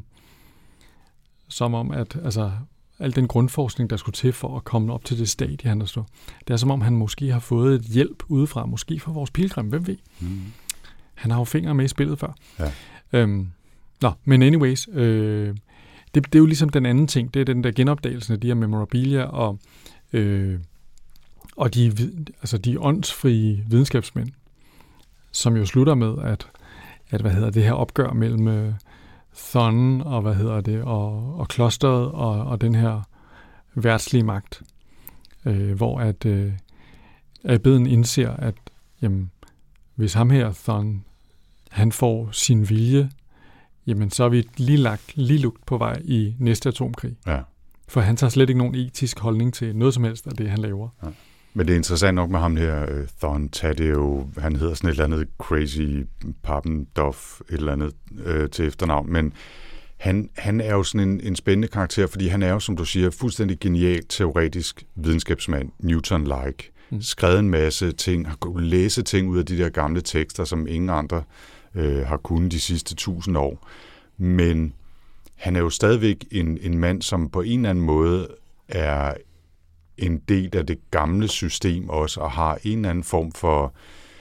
[SPEAKER 1] som om, at altså, al den grundforskning, der skulle til for at komme op til det stadie, han der står, det er som om, han måske har fået et hjælp udefra, måske fra vores pilgrim, hvem ved? Mm. Han har jo fingre med i spillet før. Ja. Øhm, nå, men anyways, øh, det, det er jo ligesom den anden ting, det er den der genopdagelsen af de her memorabilia, og øh, Og de, altså de åndsfrie videnskabsmænd, som jo slutter med, at, at hvad hedder det her opgør mellem uh, Thon og hvad hedder det og, og klosteret og, og den her værtslige magt, øh, hvor at øh, abbeden indser, at jamen, hvis ham her Thon, han får sin vilje, jamen så er vi lige lagt lige lugt på vej i næste atomkrig. Ja. For han tager slet ikke nogen etisk holdning til noget som helst af det, han laver. Ja.
[SPEAKER 2] Men det er interessant nok med ham her, uh, Thon Tadeo, han hedder sådan et eller andet crazy Pappendoff, et eller andet uh, til efternavn, men han, han er jo sådan en, en spændende karakter, fordi han er jo, som du siger, fuldstændig genial teoretisk videnskabsmand, Newton-like, mm. skrevet en masse ting, har kunnet læse ting ud af de der gamle tekster, som ingen andre uh, har kunnet de sidste tusind år, men han er jo stadigvæk en, en mand, som på en eller anden måde er en del af det gamle system også, og har en eller anden form for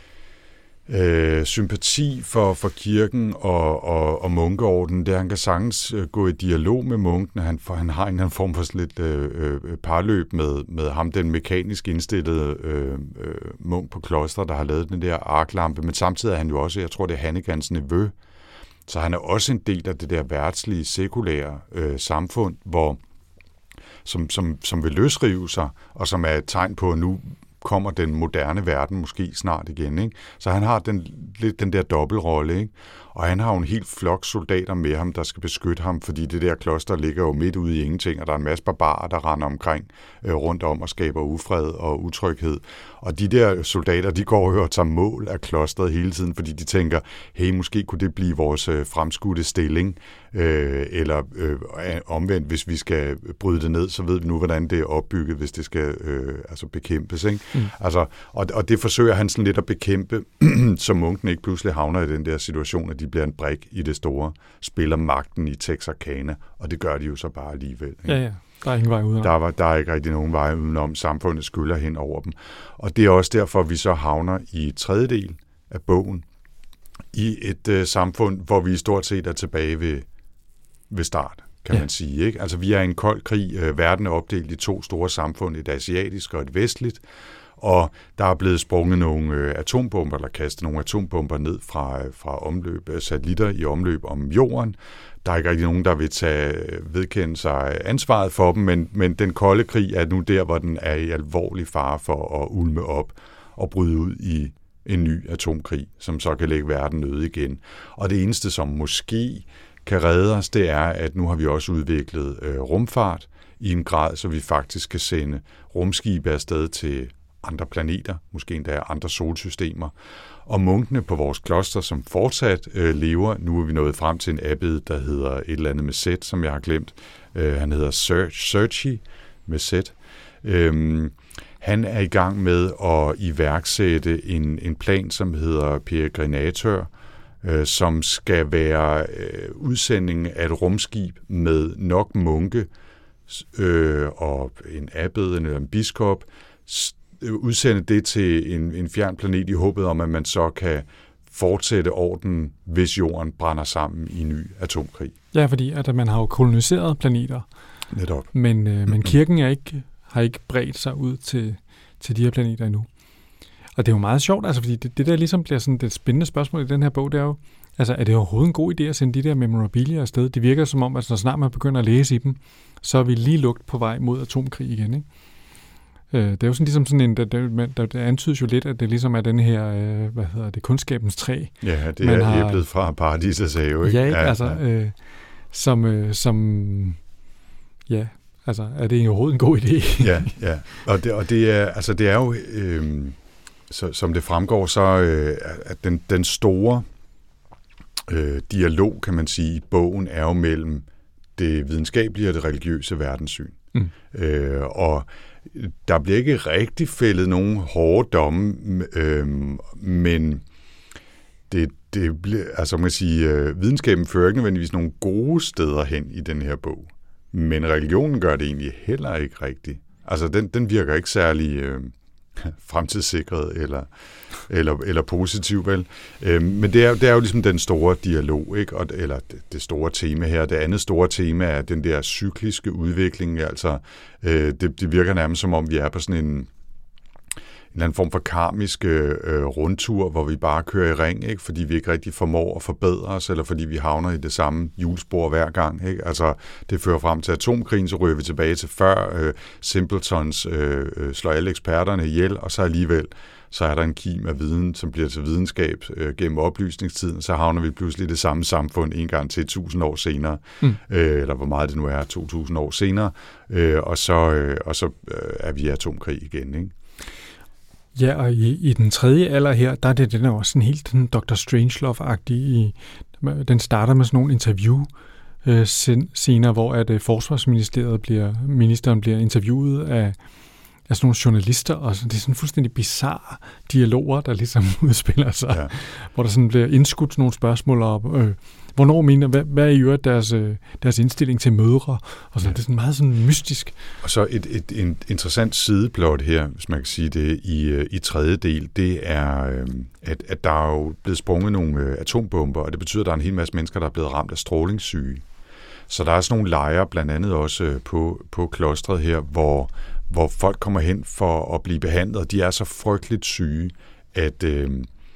[SPEAKER 2] øh, sympati for, for kirken og, og, og munkeordenen. Der han kan sagtens øh, gå i dialog med munkene. Han, for, han har en eller anden form for sådan lidt øh, øh, parløb med, med ham, den mekanisk indstillede øh, øh, munk på klosteret, der har lavet den der arklampe, men samtidig er han jo også, jeg tror det er Hannegans nevø, så han er også en del af det der værtslige, sekulære øh, samfund, hvor Som, som, som vil løsrive sig, og som er et tegn på, at nu kommer den moderne verden måske snart igen. Ikke? Så han har den, lidt den der dobbeltrolle, ikke? Og han har jo en helt flok soldater med ham, der skal beskytte ham, fordi det der kloster ligger jo midt ude i ingenting, og der er en masse barbarer, der render omkring øh, rundt om og skaber ufred og utryghed. Og de der soldater, de går jo og tager mål af klosteret hele tiden, fordi de tænker, hey, måske kunne det blive vores øh, fremskudte stilling, øh, eller øh, omvendt, hvis vi skal bryde det ned, så ved vi nu, hvordan det er opbygget, hvis det skal øh, altså bekæmpes. Ikke? Mm. Altså, og, og det forsøger han sådan lidt at bekæmpe, så munken ikke pludselig havner i den der situation, at de bliver en brik i det store spil om magten i Texarkana, og det gør de jo så bare alligevel. Ikke?
[SPEAKER 1] Ja, ja. Der er ingen vej udenom.
[SPEAKER 2] Der, var, der er ikke rigtig nogen vej udenom. Samfundet skyller hen over dem. Og det er også derfor, vi så havner i tredjedel af bogen, i et øh, samfund, hvor vi stort set er tilbage ved, ved start, kan ja. man sige. Ikke? Altså, vi er i en kold krig. Øh, verden er opdelt i to store samfund, et asiatisk og et vestligt, og der er blevet sprunget nogle øh, atombomber, eller kastet nogle atombomber ned fra, øh, fra omløb, øh, satellitter i omløb om jorden. Der er ikke rigtig nogen, der vil tage, vedkende sig ansvaret for dem, men, men den kolde krig er nu der, hvor den er i alvorlig fare for at ulme op og bryde ud i en ny atomkrig, som så kan lægge verden øde igen. Og det eneste, som måske kan redde os, det er, at nu har vi også udviklet øh, rumfart i en grad, så vi faktisk kan sende rumskibe afsted til andre planeter, måske endda andre solsystemer. Og munkene på vores kloster, som fortsat øh, lever, nu er vi nået frem til en abbed, der hedder et eller andet med Z, som jeg har glemt. Øh, han hedder Serchi med Z. Øhm, han er i gang med at iværksætte en, en plan, som hedder Peregrinator, øh, som skal være øh, udsendingen af et rumskib med nok munke øh, og en abbed eller en biskop, udsende det til en, en fjern planet i håbet om, at man så kan fortsætte orden, hvis jorden brænder sammen i en ny atomkrig.
[SPEAKER 1] Ja, fordi at man har jo koloniseret planeter,
[SPEAKER 2] netop.
[SPEAKER 1] Men, øh, men kirken er ikke, har ikke bredt sig ud til, til de her planeter endnu. Og det er jo meget sjovt, altså, fordi det, det der ligesom bliver sådan det spændende spørgsmål i den her bog, det er jo, altså, er det overhovedet en god idé at sende de der memorabilia afsted? Det virker som om, at når snart man begynder at læse i dem, så er vi lige lugt på vej mod atomkrig igen, ikke? Det er jo sådan ligesom sådan en, der, der, der, der antydes jo lidt, at det ligesom er den her, øh, hvad hedder det, kundskabens træ.
[SPEAKER 2] Ja, det er har, æblet fra Paradisets have, ikke?
[SPEAKER 1] Ja, ikke?
[SPEAKER 2] Ja,
[SPEAKER 1] altså,
[SPEAKER 2] ja.
[SPEAKER 1] Øh, som, øh, som, ja, altså, er det overhovedet en god idé?
[SPEAKER 2] Ja, ja, og det, og det er, altså, det er jo, øh, så, som det fremgår, så øh, at den, den store øh, dialog, kan man sige, i bogen er jo mellem det videnskabelige og det religiøse verdenssyn. Mm. Øh, og der bliver ikke rigtig fældet nogen hårde domme, øh, men det, det bliver, altså man kan sige, øh, videnskaben fører ikke nødvendigvis nogle gode steder hen i den her bog, men religionen gør det egentlig heller ikke rigtigt. Altså den, den virker ikke særlig øh, fremtidssikret eller, eller, eller positiv, vel? Øh, men det er, det er jo ligesom den store dialog, ikke? Og, eller det, det store tema her. Det andet store tema er den der cykliske udvikling. Altså, øh, det, det virker nærmest som om, vi er på sådan en, en eller anden form for karmisk øh, rundtur, hvor vi bare kører i ring, ikke? Fordi vi ikke rigtig formår at forbedre os, eller fordi vi havner i det samme hjulspor hver gang, ikke? Altså, det fører frem til atomkrigen, så ryger vi tilbage til før. Øh, Simpletons øh, slår alle eksperterne ihjel, og så alligevel så er der en kim af viden, som bliver til videnskab øh, gennem oplysningstiden, så havner vi pludselig i det samme samfund en gang til tusind år senere, mm. øh, eller hvor meget det nu er, to tusind år senere, øh, og så, øh, og så øh, er vi i atomkrig igen, ikke?
[SPEAKER 1] Ja, og i, i den tredje alder her, der er det den er også sådan helt den doktor Strangelove-agtig. I, den starter med sådan nogle interview øh, scener, hvor at øh, forsvarsministeriet bliver, ministeren bliver interviewet af, af sådan nogle journalister, og så, det er sådan fuldstændig bizarre dialoger, der ligesom udspiller sig, ja. Hvor der sådan bliver indskudt sådan nogle spørgsmål op. Øh, hvornår mener, hvad, hvad er i øvrigt deres, deres indstilling til mødre? Og så, ja. Det er sådan meget sådan mystisk.
[SPEAKER 2] Og så et, et, et interessant sideplot her, hvis man kan sige det, i, i tredje del, det er, at, at der er jo blevet sprunget nogle atombomber, og det betyder, at der er en hel masse mennesker, der er blevet ramt af strålingssyge. Så der er sådan nogle lejre, blandt andet også på, på klostret her, hvor, hvor folk kommer hen for at blive behandlet, og de er så frygteligt syge, at... Øh,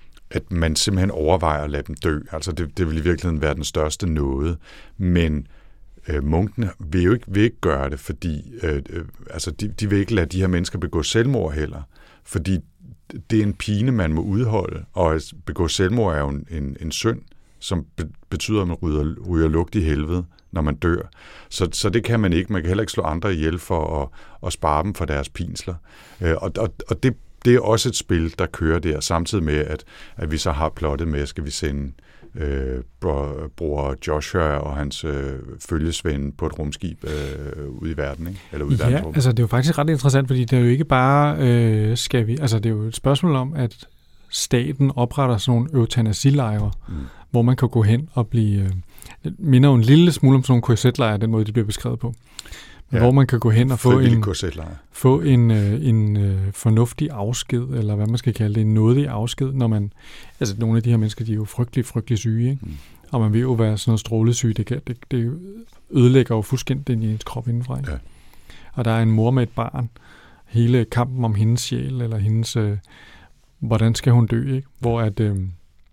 [SPEAKER 2] at man simpelthen overvejer at lade dem dø. Altså det, det vil i virkeligheden være den største nåde. Men øh, munkene vil jo ikke, vil ikke gøre det, fordi øh, øh, altså de, de vil ikke lade de her mennesker begå selvmord heller. Fordi det er en pine, man må udholde, og at begå selvmord er jo en, en, en synd, som be, betyder, at man ryger, ryger lugt i helvede, når man dør. Så, så det kan man ikke. Man kan heller ikke slå andre ihjel for at, at spare dem for deres pinsler. Øh, og, og, og det Det er også et spil, der kører der, samtidig med, at, at vi så har plottet med, skal vi sende øh, bror, bror Joshua og hans øh, følgesvend på et rumskib øh, ud i verden, ikke? Eller ud i
[SPEAKER 1] ja, altså det er jo faktisk ret interessant, fordi det er jo ikke bare, øh, skal vi, altså det er jo et spørgsmål om, at staten opretter sådan nogle eutanasilejre, mm. hvor man kan gå hen og blive, øh, minder jo en lille smule om sådan nogle K Z-lejre, den måde, de bliver beskrevet på. Ja, hvor man kan gå hen og få en, få en, øh, en øh, fornuftig afsked, eller hvad man skal kalde det, en nådig afsked, når man, altså nogle af de her mennesker, de er jo frygtelig, frygtelig syge, ikke? Mm. Og man vil jo være sådan noget strålesyge, det, kan, det, det ødelægger jo fuldstændig i ens krop indenfra, ikke? Ja. Og der er en mor med et barn, hele kampen om hendes sjæl, eller hendes, øh, hvordan skal hun dø, ikke? Hvor at, øh,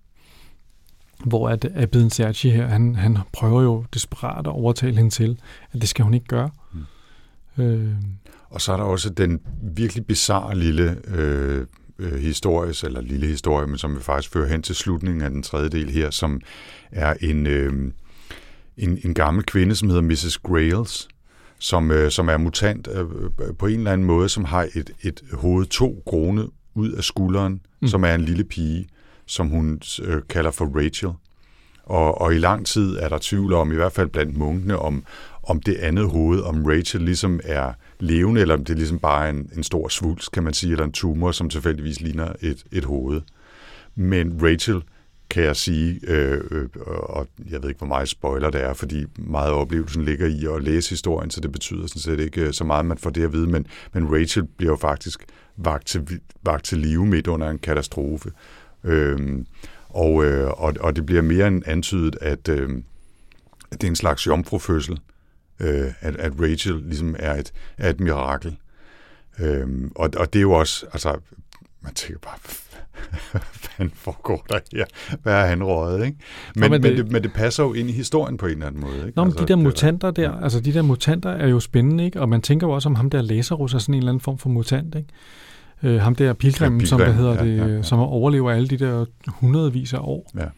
[SPEAKER 1] hvor at Abedin Serchi her, han, han prøver jo desperat at overtale hende til, at det skal hun ikke gøre. Mm. Øh.
[SPEAKER 2] Og så er der også den virkelig bizarre lille øh, øh, historie, eller lille historie, men som vi faktisk fører hen til slutningen af den tredje del her, som er en, øh, en, en gammel kvinde, som hedder missus Grayles, som, øh, som er mutant øh, på en eller anden måde, som har et, et hoved to grone ud af skulderen, mm. som er en lille pige, som hun øh, kalder for Rachel. Og, og i lang tid er der tvivl om, i hvert fald blandt munkene, om, om det andet hoved, om Rachel ligesom er levende, eller om det ligesom bare er en, en stor svulst, kan man sige, eller en tumor, som tilfældigvis ligner et, et hoved. Men Rachel, kan jeg sige, øh, øh, og jeg ved ikke, hvor meget spoiler det er, fordi meget af oplevelsen ligger i at læse historien, så det betyder sådan set ikke så meget, man får det at vide, men, men Rachel bliver jo faktisk vagt til, vagt til live midt under en katastrofe. Øh, og, øh, og, og det bliver mere end antydet, at, øh, at det er en slags jomfrufødsel, øh, at, at Rachel ligesom er et, er et mirakel. Øh, og, og det er jo også, altså, man tænker bare, hvad fanden foregår der her? Hvad er han røget, ikke? Men, Nå, men, det, men, det, men det passer jo ind i historien på en eller anden måde, ikke?
[SPEAKER 1] Nå, men
[SPEAKER 2] altså,
[SPEAKER 1] de der
[SPEAKER 2] det,
[SPEAKER 1] mutanter der, ja. altså de der mutanter er jo spændende, ikke? Og man tænker jo også om ham der Lazarus er sådan en eller anden form for mutant, ikke? Øh, ham der pilgrimmen, ja, som der hedder ja, det, ja, ja. som overlever alle de der hundredvis af år.
[SPEAKER 2] Ja.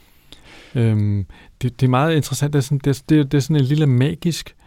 [SPEAKER 1] Øhm, det, det er meget interessant. Det er, sådan, det, det, det er sådan en lille magisk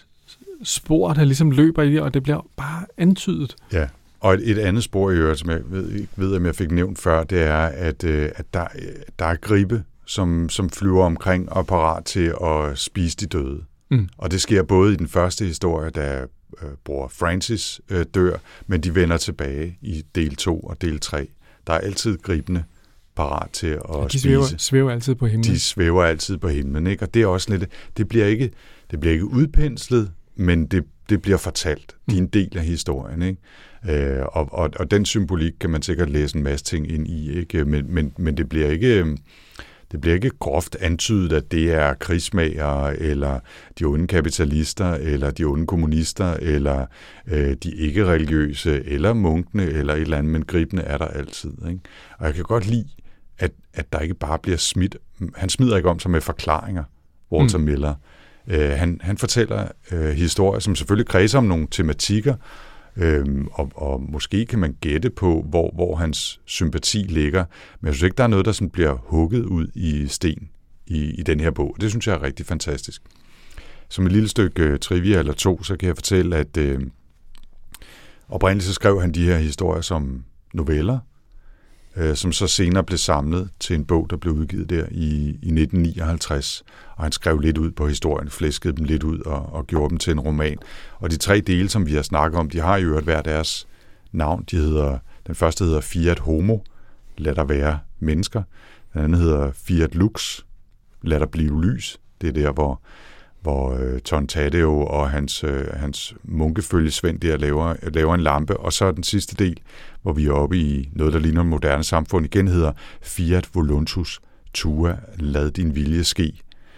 [SPEAKER 1] spor, der ligesom løber i, og det bliver bare antydet.
[SPEAKER 2] Ja. Og et, et andet spor i øvrigt, som jeg ved, ikke ved, om jeg fik nævnt før, det er, at, øh, at der, der er gribe, som, som flyver omkring og er parat til at spise de døde. Mm. Og det sker både i den første historie, da øh, bror Francis øh, dør, men de vender tilbage i del to og del tre. Der er altid gribende parat til at ja, de spise.
[SPEAKER 1] Svæver, svæver altid på himlen.
[SPEAKER 2] De svæver altid på himlen, ikke? Og det er også lidt, det bliver ikke, det bliver ikke udpenslet, men det, det bliver fortalt. De er en del af historien, ikke? Øh, og, og, og den symbolik kan man sikkert læse en masse ting ind i, ikke? Men, men, men det bliver ikke det bliver ikke groft antydet, at det er krigsmagere, eller de onde kapitalister, eller de onde kommunister, eller øh, de ikke-religiøse, eller munkene, eller et eller andet, men gribende er der altid, ikke? Og jeg kan godt lide, at, at der ikke bare bliver smidt. Han smider ikke om sig med forklaringer, Walter mm. Miller. Øh, han, han fortæller øh, historier, som selvfølgelig kredser om nogle tematikker, Øhm, og, og måske kan man gætte på, hvor, hvor hans sympati ligger. Men jeg synes ikke, der er noget, der sådan bliver hugget ud i sten i, i den her bog. Det synes jeg er rigtig fantastisk. Som et lille stykke øh, trivia eller to, så kan jeg fortælle, at øh, oprindeligt så skrev han de her historier som noveller, øh, som så senere blev samlet til en bog, der blev udgivet der i, i nitten nioghalvtreds. Og han skrev lidt ud på historien, flæskede dem lidt ud og, og gjorde dem til en roman. Og de tre dele, som vi har snakket om, de har jo øvrigt hver deres navn. De hedder, den første hedder Fiat Homo, lad der være mennesker. Den anden hedder Fiat Lux, lad der blive lys. Det er der, hvor, hvor uh, Ton Tadeo og hans, uh, hans munkefølgesvend der laver, laver en lampe. Og så den sidste del, hvor vi er oppe i noget, der ligner et moderne samfund, igen hedder Fiat Voluntus, tua, lad din vilje ske.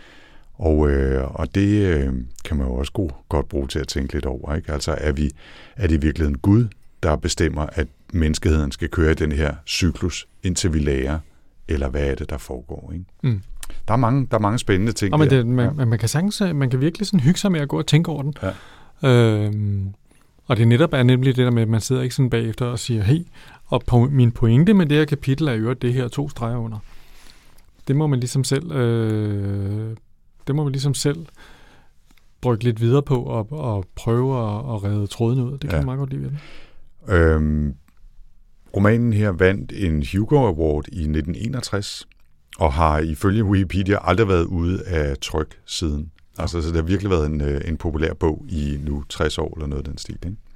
[SPEAKER 2] Og, øh, og det øh, kan man jo også god, godt bruge til at tænke lidt over, ikke? Altså, er, vi, er det i virkeligheden Gud, der bestemmer, at menneskeheden skal køre i den her cyklus, indtil vi lærer, eller hvad er det, der foregår, ikke? Mm. Der, er mange, der er mange spændende ting.
[SPEAKER 1] Og men
[SPEAKER 2] der.
[SPEAKER 1] Det, man, ja. man, kan sagtens, man kan virkelig sådan hygge sig med at gå og tænke over den. Ja. Øhm, og det netop er nemlig det der med, at man sidder ikke sådan bagefter og siger, hey, og på, min pointe med det her kapitel er jo, at det her to streger under. Det må man ligesom selv... Øh, Det må vi ligesom selv brygge lidt videre på og, og prøve at, at redde tråden ud. Det kan ja. jeg meget godt lide ved den.
[SPEAKER 2] Øhm, romanen her vandt en Hugo Award i nitten enogtres og har ifølge Wikipedia aldrig været ude af tryk siden. Altså, så det har virkelig været en, en populær bog i nu tres år eller noget af den stil,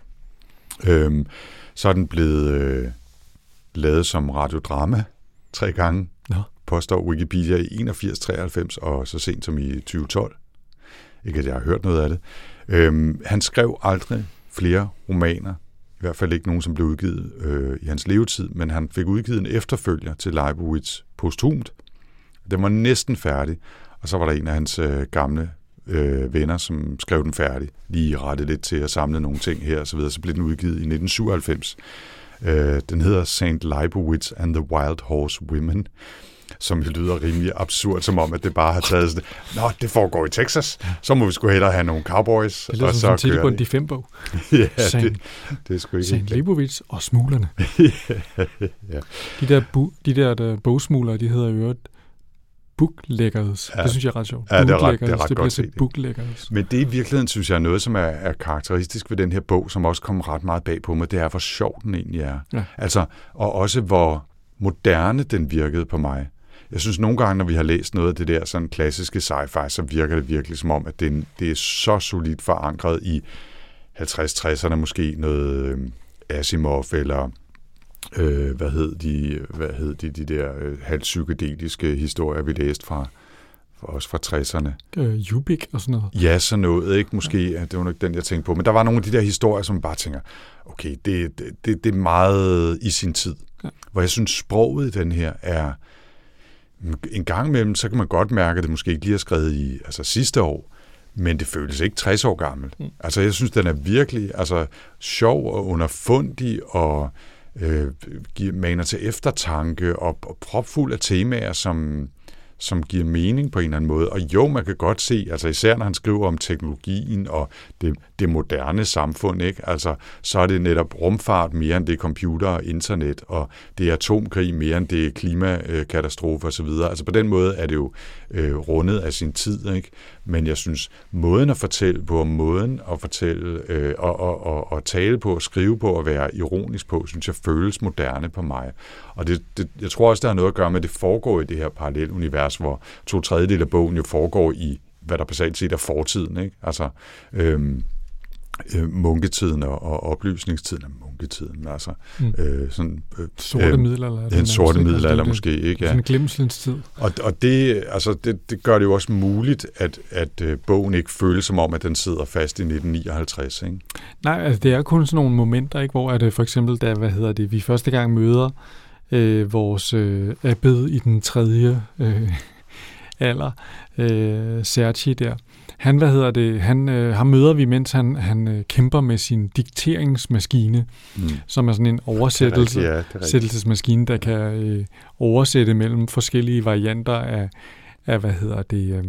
[SPEAKER 2] ikke? Øhm, så er den blevet øh, lavet som radiodrama tre gange. Nå. Påstår Wikipedia i enogfirs treoghalvfems og så sent som i tyve tolv. Ikke at jeg har hørt noget af det. Øhm, han skrev aldrig flere romaner, i hvert fald ikke nogen, som blev udgivet øh, i hans levetid, men han fik udgivet en efterfølger til Leibowitz posthumt. Den var næsten færdig, og så var der en af hans øh, gamle øh, venner, som skrev den færdig, lige rettet lidt til at samle nogle ting her og så videre. Så blev den udgivet i nitten syvoghalvfems. Øh, den hedder Saint Leibowitz and the Wild Horse Women, som jo lyder rimelig absurd, som om, at det bare har taget sådan, nå, det foregår i Texas, så må vi sgu hellere have nogle cowboys.
[SPEAKER 1] Det lyder
[SPEAKER 2] og
[SPEAKER 1] som
[SPEAKER 2] så
[SPEAKER 1] en titel på en de fem bog.
[SPEAKER 2] Ja, det, det er sgu ikke...
[SPEAKER 1] Saint Leibowitz og smuglerne.
[SPEAKER 2] Ja.
[SPEAKER 1] De der, bu, de der, der bogsmuglere, de hedder jo bookleggers. Ja. Det synes jeg er ret sjovt.
[SPEAKER 2] Ja, det er ret, det er ret
[SPEAKER 1] det
[SPEAKER 2] godt set.
[SPEAKER 1] Bookleggers.
[SPEAKER 2] Men det i virkeligheden, synes jeg, er noget, som er, er karakteristisk ved den her bog, som også kom ret meget bag på mig, det er, hvor sjov den egentlig er. Ja. Altså, og også hvor moderne den virkede på mig. Jeg synes nogle gange, når vi har læst noget af det der sådan klassiske sci-fi, så virker det virkelig som om, at det, det er så solidt forankret i halvtreds tresserne, måske noget øh, Asimov, eller øh, hvad hed de, hvad hed de, de der øh, halvpsykedeliske historier, vi læste fra, fra også fra tresserne.
[SPEAKER 1] Øh, Ubik og sådan noget.
[SPEAKER 2] Ja, sådan noget, ikke? Måske, ja. Det var nok den, jeg tænkte på. Men der var nogle af de der historier, som man bare tænker, okay, det, det, det er meget i sin tid. Ja. Hvor jeg synes, sproget i den her er en gang imellem, så kan man godt mærke, at det måske ikke lige er skrevet i altså sidste år, men det føles ikke tres år gammelt. Mm. Altså, jeg synes, den er virkelig altså, sjov og underfundig og øh, maner til eftertanke og, og propfuld af temaer, som, som giver mening på en eller anden måde. Og jo, man kan godt se, altså især når han skriver om teknologien og det, det moderne samfund, ikke? Altså, så er det netop rumfart mere end det computer og internet, og det er atomkrig mere end det klimakatastrofe osv. Altså på den måde er det jo øh, rundet af sin tid, ikke? Men jeg synes, måden at fortælle på, måden at fortælle øh, og, og, og, og tale på, og skrive på og være ironisk på, synes jeg føles moderne på mig. Og det, det, jeg tror også, det har noget at gøre med, at det foregår i det her parallelunivers, hvor to tredjedel af bogen jo foregår i, hvad der basalt set er fortiden, ikke? Altså øhm, øh, munketiden og, og oplysningstiden af munketiden, altså
[SPEAKER 1] mm.
[SPEAKER 2] øh, sådan øh,
[SPEAKER 1] sorte
[SPEAKER 2] øh,
[SPEAKER 1] middelalder.
[SPEAKER 2] Den sorte middelalder måske, ikke? Ja.
[SPEAKER 1] Sådan en glemselens tid.
[SPEAKER 2] Og, og det, altså det, det gør det jo også muligt, at, at øh, bogen ikke føles som om, at den sidder fast i nitten nioghalvtreds, ikke?
[SPEAKER 1] Nej, altså det er kun sådan nogle momenter, ikke, hvor er det for eksempel, da, hvad hedder det, vi første gang møder øh, vores øh, abbed i den tredje øh, alder, øh, Sergi der. Han, hvad hedder det, han, øh, ham møder vi, mens han, han øh, kæmper med sin dikteringsmaskine, mm. som er sådan en oversættelse,
[SPEAKER 2] ja,
[SPEAKER 1] sættelsesmaskine, der kan øh, oversætte mellem forskellige varianter af, af hvad hedder det, øh,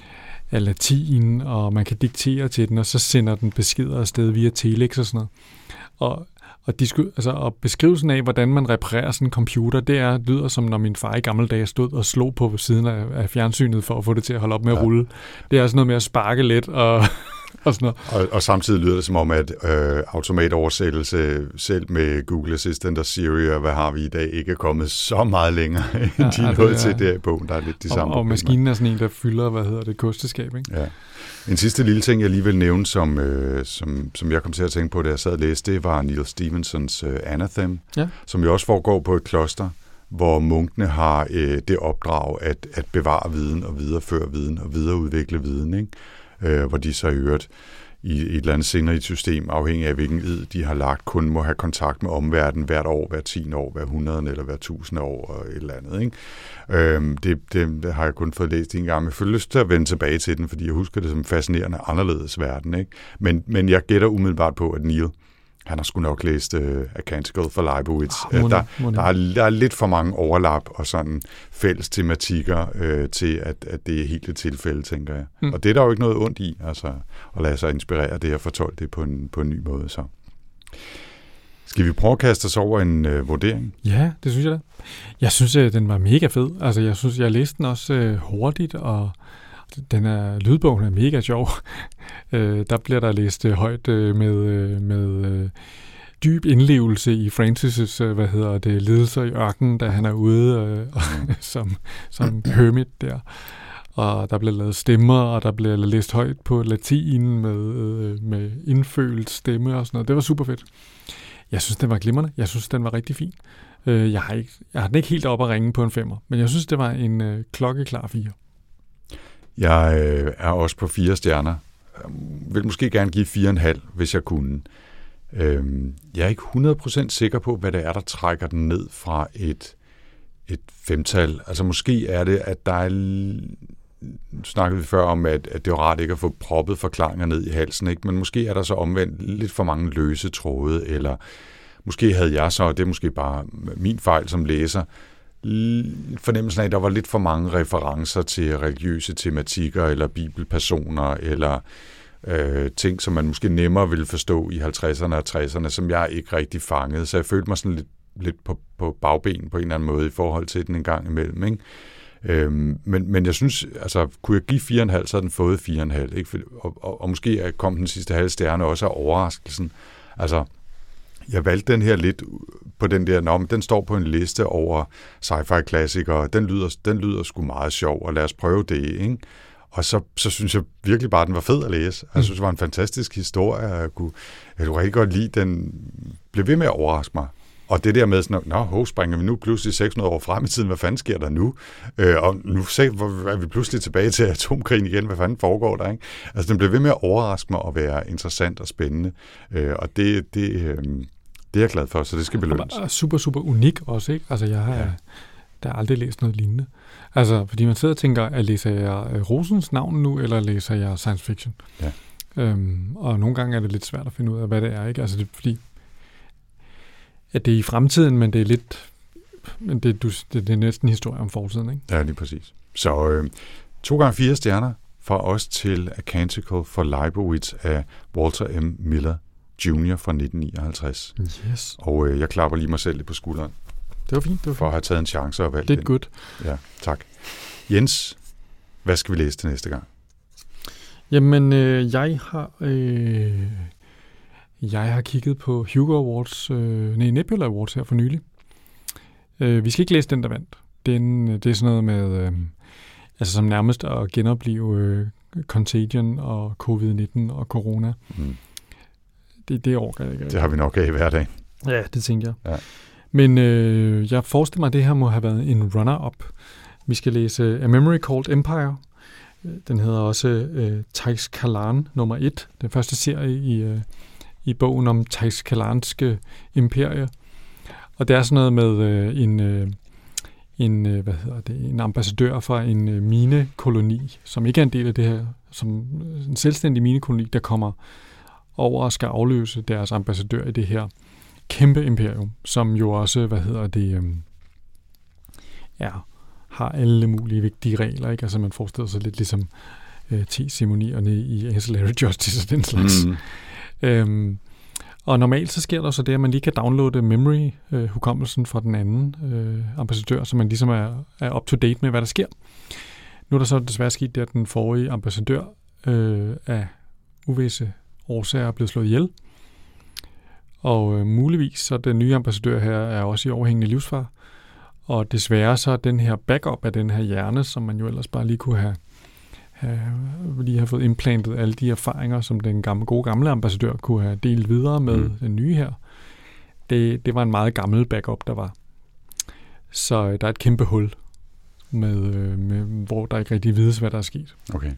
[SPEAKER 1] af latin, og man kan diktere til den, og så sender den beskeder afsted via telex og sådan noget. Og Og, disku, altså, og beskrivelsen af, hvordan man reparerer sådan en computer, det er, lyder som, når min far i gamle dage stod og slog på siden af, af fjernsynet for at få det til at holde op med at ja. rulle. Det er sådan noget med at sparke lidt og, og sådan noget.
[SPEAKER 2] Og, og samtidig lyder det som om, at øh, automatoversættelse selv med Google Assistant og Siri og hvad har vi i dag, ikke er kommet så meget længere, end ja, de er nået til der i bogen. Der er lidt de samme
[SPEAKER 1] Og, og maskinen er sådan en, der fylder, hvad hedder det, kosteskab, ikke?
[SPEAKER 2] Ja. En sidste lille ting, jeg lige vil nævne, som, øh, som, som jeg kom til at tænke på, da jeg sad og læste, det var Neil Stephensons øh, Anathem, ja. som jo også foregår på et kloster, hvor munkene har øh, det opdrag at, at bevare viden og videreføre viden og videreudvikle viden, ikke? Øh, hvor de så i øvrigt i et eller andet senere i et system, afhængig af hvilken id de har lagt, kun må have kontakt med omverdenen hvert år, hver tiende år, hver hundrede eller hver tusinde år og et eller andet, ikke? Øhm, det, det, det har jeg kun fået læst en gang, men jeg får lyst til at vende tilbage til den, fordi jeg husker det som fascinerende anderledes verden, ikke? Men, men jeg gætter umiddelbart på, at Neil, han har sgu nok læst uh, A Canticle for Leibowitz. Oh, uh, der, der, er, der er lidt for mange overlap og sådan fælles tematikker uh, til, at, at det er helt et tilfælde, tænker jeg. Mm. Og det er der jo ikke noget ondt i, altså at lade sig inspirere det og fortolke det på en, på en ny måde. Så. Skal vi prøve at kaste os over en uh, vurdering?
[SPEAKER 1] Ja, det synes jeg da. Jeg synes, at den var mega fed. Altså, jeg synes, jeg læste den også uh, hurtigt, og den er, lydbogen er mega sjov. øh, der bliver der læst øh, højt øh, med, øh, med øh, dyb indlevelse i Francis' øh, hvad hedder det, lidelser i ørkenen, da han er ude øh, som, som hermit der. Og der bliver lavet stemmer, og der bliver læst højt på latin med, øh, med indfølt stemme og sådan noget. Det var super fedt. Jeg synes, den var glimrende. Jeg synes, den var rigtig fin. Øh, jeg, har ikke, jeg har den ikke helt op at ringe på en femmer, men jeg synes, det var en øh, klokkeklar fire.
[SPEAKER 2] Jeg øh, er også på fire stjerner. Jeg vil måske gerne give fire og en halv, hvis jeg kunne. Øhm, jeg er ikke hundrede procent sikker på, hvad det er, der trækker den ned fra et, et femtal. Altså måske er det, at der er... Nu snakkede vi før om, at, at det er rart ikke at få proppet forklaringer ned i halsen, ikke? Men måske er der så omvendt lidt for mange løse tråde, eller måske havde jeg så, og det er måske bare min fejl som læser, fornemmelsen af, at der var lidt for mange referencer til religiøse tematikker, eller bibelpersoner, eller øh, ting, som man måske nemmere ville forstå i halvtredserne og tresserne, som jeg ikke rigtig fangede. Så jeg følte mig sådan lidt, lidt på, på bagben på en eller anden måde i forhold til den en gang imellem, ikke? Øhm, men, men jeg synes, altså, kunne jeg give fire komma fem, så havde den fået fire komma fem. Ikke? Og, og, og måske kom den sidste halve stjerne også af overraskelsen. Altså, jeg valgte den her lidt på den der, nå, men den står på en liste over sci-fi-klassikere, den lyder, den lyder sgu meget sjov, og lad os prøve det, ikke? Og så, så synes jeg virkelig bare, at den var fed at læse. Jeg synes, det var en fantastisk historie. Jeg kunne, jeg kunne rigtig godt lide, den blev ved med at overraske mig. Og det der med sådan, nå, ho, springer vi nu pludselig seks hundrede år frem i tiden, hvad fanden sker der nu? Øh, og nu er vi pludselig tilbage til atomkrigen igen, hvad fanden foregår der, ikke? Altså, den blev ved med at overraske mig og være interessant og spændende. Øh, og det, det, øh, det er jeg glad for, så det skal belønnes.
[SPEAKER 1] Og super, super unik også, ikke? Altså, jeg har ja. der har aldrig læst noget lignende. Altså, fordi man sidder og tænker, at læser jeg Rosens navn nu, eller læser jeg science fiction?
[SPEAKER 2] Ja.
[SPEAKER 1] Øhm, og nogle gange er det lidt svært at finde ud af, hvad det er, ikke? Altså, det er fordi, at det er i fremtiden, men det er lidt, men det, du, det, det er næsten historie om fortiden, ikke?
[SPEAKER 2] Ja, lige præcis. Så øh, to gange fire stjerner fra os til A Canticle for Leibowitz af Walter M. Miller junior fra nitten nioghalvtreds.
[SPEAKER 1] Yes.
[SPEAKER 2] Og øh, jeg klapper lige mig selv lidt på skulderen.
[SPEAKER 1] Det var fint. Det var
[SPEAKER 2] for at have taget en chance og valgt
[SPEAKER 1] det. Det er godt.
[SPEAKER 2] Ja, tak. Jens, hvad skal vi læse til næste gang?
[SPEAKER 1] Jamen, øh, jeg har øh, jeg har kigget på Hugo Awards, øh, nej, Nebula Awards her for nylig. Øh, vi skal ikke læse den, der vandt. Den, det er sådan noget med, øh, altså som nærmest at genopleve øh, Contagion og covid nitten og corona. Mm. Det, det orker jeg ikke.
[SPEAKER 2] Det har vi nok af hver dag.
[SPEAKER 1] Ja, det tænker jeg.
[SPEAKER 2] Ja.
[SPEAKER 1] Men øh, jeg forestiller mig, at det her må have været en runner-up. Vi skal læse A Memory Called Empire. Den hedder også øh, Teixcalan nummer et. Den første serie i, øh, i bogen om Teixcalanske imperie. Og det er sådan noget med øh, en, øh, en, øh, hvad hedder det, en ambassadør fra en øh, minekoloni, som ikke er en del af det her, som en selvstændig minekoloni, der kommer over og skal afløse deres ambassadør i det her kæmpe imperium, som jo også, hvad hedder det, øh, ja, har alle mulige vigtige regler, ikke? Altså man forestiller sig lidt ligesom øh, te-ceremonierne i Ancillary Justice og den slags. Mm. Øhm, og normalt så sker der så det, at man lige kan downloade memory-hukommelsen øh, fra den anden øh, ambassadør, så man ligesom er, er up-to-date med, hvad der sker. Nu er der så desværre sket det, at den forrige ambassadør øh, af uvisse årsager er blevet slået ihjel. Og øh, muligvis så den nye ambassadør her er også i overhængende livsfare. Og desværre så er den her backup af den her hjerne, som man jo ellers bare lige kunne have, have, lige have fået implantet alle de erfaringer, som den gamle, gode gamle ambassadør kunne have delt videre med mm. den nye her. Det, det var en meget gammel backup, der var. Så der er et kæmpe hul, med, med, hvor der ikke rigtig vides, hvad der er sket.
[SPEAKER 2] Okay.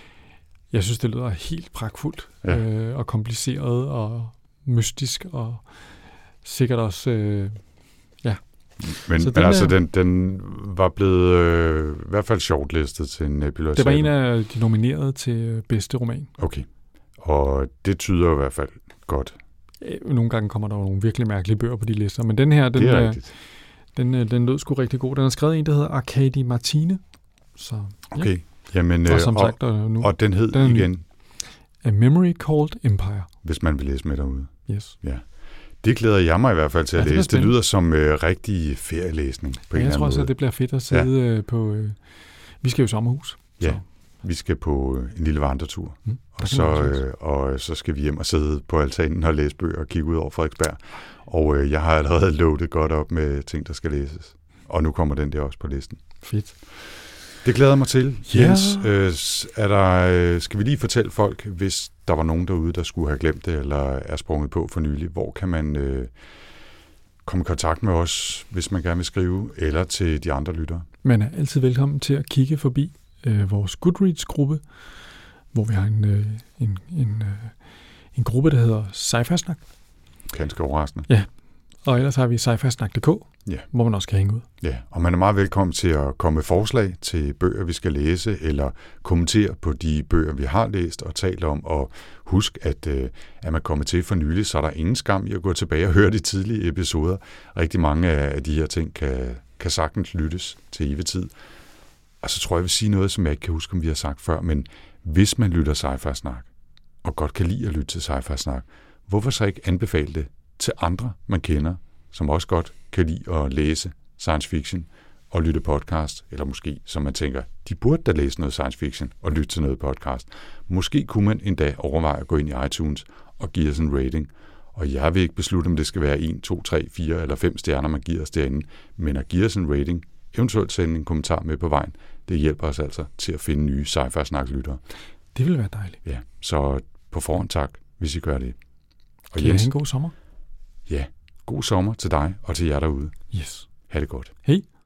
[SPEAKER 1] Jeg synes, det lyder helt pragtfuldt ja. øh, og kompliceret og mystisk og sikkert også... Øh, ja.
[SPEAKER 2] Men, men den altså, den, den var blevet øh, i hvert fald shortlistet til en Nebula.
[SPEAKER 1] Det var en af de nominerede til bedste roman.
[SPEAKER 2] Okay. Og det tyder i hvert fald godt.
[SPEAKER 1] Nogle gange kommer der jo nogle virkelig mærkelige bøger på de lister, men den her, den,
[SPEAKER 2] det er
[SPEAKER 1] øh, den, øh, den lød sgu rigtig god. Den er skrevet en, der hedder Arkady Martine. Så, ja.
[SPEAKER 2] Okay. Jamen,
[SPEAKER 1] og, som
[SPEAKER 2] og,
[SPEAKER 1] sagt, og, nu,
[SPEAKER 2] og den hed
[SPEAKER 1] den
[SPEAKER 2] igen?
[SPEAKER 1] A Memory Called Empire.
[SPEAKER 2] Hvis man vil læse med derude.
[SPEAKER 1] Yes.
[SPEAKER 2] Ja. Det glæder jeg mig i hvert fald til at ja, læse. Det, det lyder som øh, rigtig ferielæsning på
[SPEAKER 1] ja,
[SPEAKER 2] en
[SPEAKER 1] jeg tror også,
[SPEAKER 2] måde.
[SPEAKER 1] at det bliver fedt at sidde ja. øh, på... Øh, vi skal jo i sommerhus.
[SPEAKER 2] Ja,
[SPEAKER 1] så.
[SPEAKER 2] Vi skal på øh, en lille vandretur. Mm, og, så, øh, og så skal vi hjem og sidde på altanen og læse bøger og kigge ud over Frederiksberg. Og øh, jeg har allerede loadet godt op med ting, der skal læses. Og nu kommer den der også på listen.
[SPEAKER 1] Fedt.
[SPEAKER 2] Det glæder mig til.
[SPEAKER 1] Ja.
[SPEAKER 2] Jens, øh, er der, øh, skal vi lige fortælle folk, hvis der var nogen derude, der skulle have glemt det, eller er sprunget på for nylig, hvor kan man øh, komme i kontakt med os, hvis man gerne vil skrive, eller til de andre lyttere?
[SPEAKER 1] Man er altid velkommen til at kigge forbi øh, vores Goodreads-gruppe, hvor vi har en, øh, en, en, øh, en gruppe, der hedder Sci-Fi Snak.
[SPEAKER 2] Ganske overraskende.
[SPEAKER 1] Ja, og ellers har vi sci fi snak punktum d k,
[SPEAKER 2] ja.
[SPEAKER 1] hvor man også kan hænge ud.
[SPEAKER 2] Ja, og man er meget velkommen til at komme med forslag til bøger, vi skal læse, eller kommentere på de bøger, vi har læst og talt om. Og husk, at øh, er man kommet til for nylig, så er der ingen skam i at gå tilbage og høre de tidlige episoder. Rigtig mange af de her ting kan, kan sagtens lyttes til evig tid. Og så tror jeg, jeg vil sige noget, som jeg ikke kan huske, om vi har sagt før, men hvis man lytter Sci-Fi Snak, og godt kan lide at lytte til Sci-Fi Snak, hvorfor så ikke anbefale det til andre, man kender, som også godt kan lide at læse science fiction, og lytte podcast, eller måske, som man tænker, de burde da læse noget science fiction og lytte til noget podcast. Måske kunne man endda overveje at gå ind i iTunes og give os en rating. Og jeg vil ikke beslutte, om det skal være en, to, tre, fire eller fem stjerner, man giver os derinde, men at give os en rating, eventuelt sende en kommentar med på vejen, det hjælper os altså til at finde nye sci-fi-snak-lyttere.
[SPEAKER 1] Det vil være dejligt.
[SPEAKER 2] Ja, så på forhånd tak, hvis I gør det. Og
[SPEAKER 1] kan I have en god sommer?
[SPEAKER 2] Ja, god sommer til dig og til jer derude.
[SPEAKER 1] Yes.
[SPEAKER 2] Ha' det godt.
[SPEAKER 1] Hej.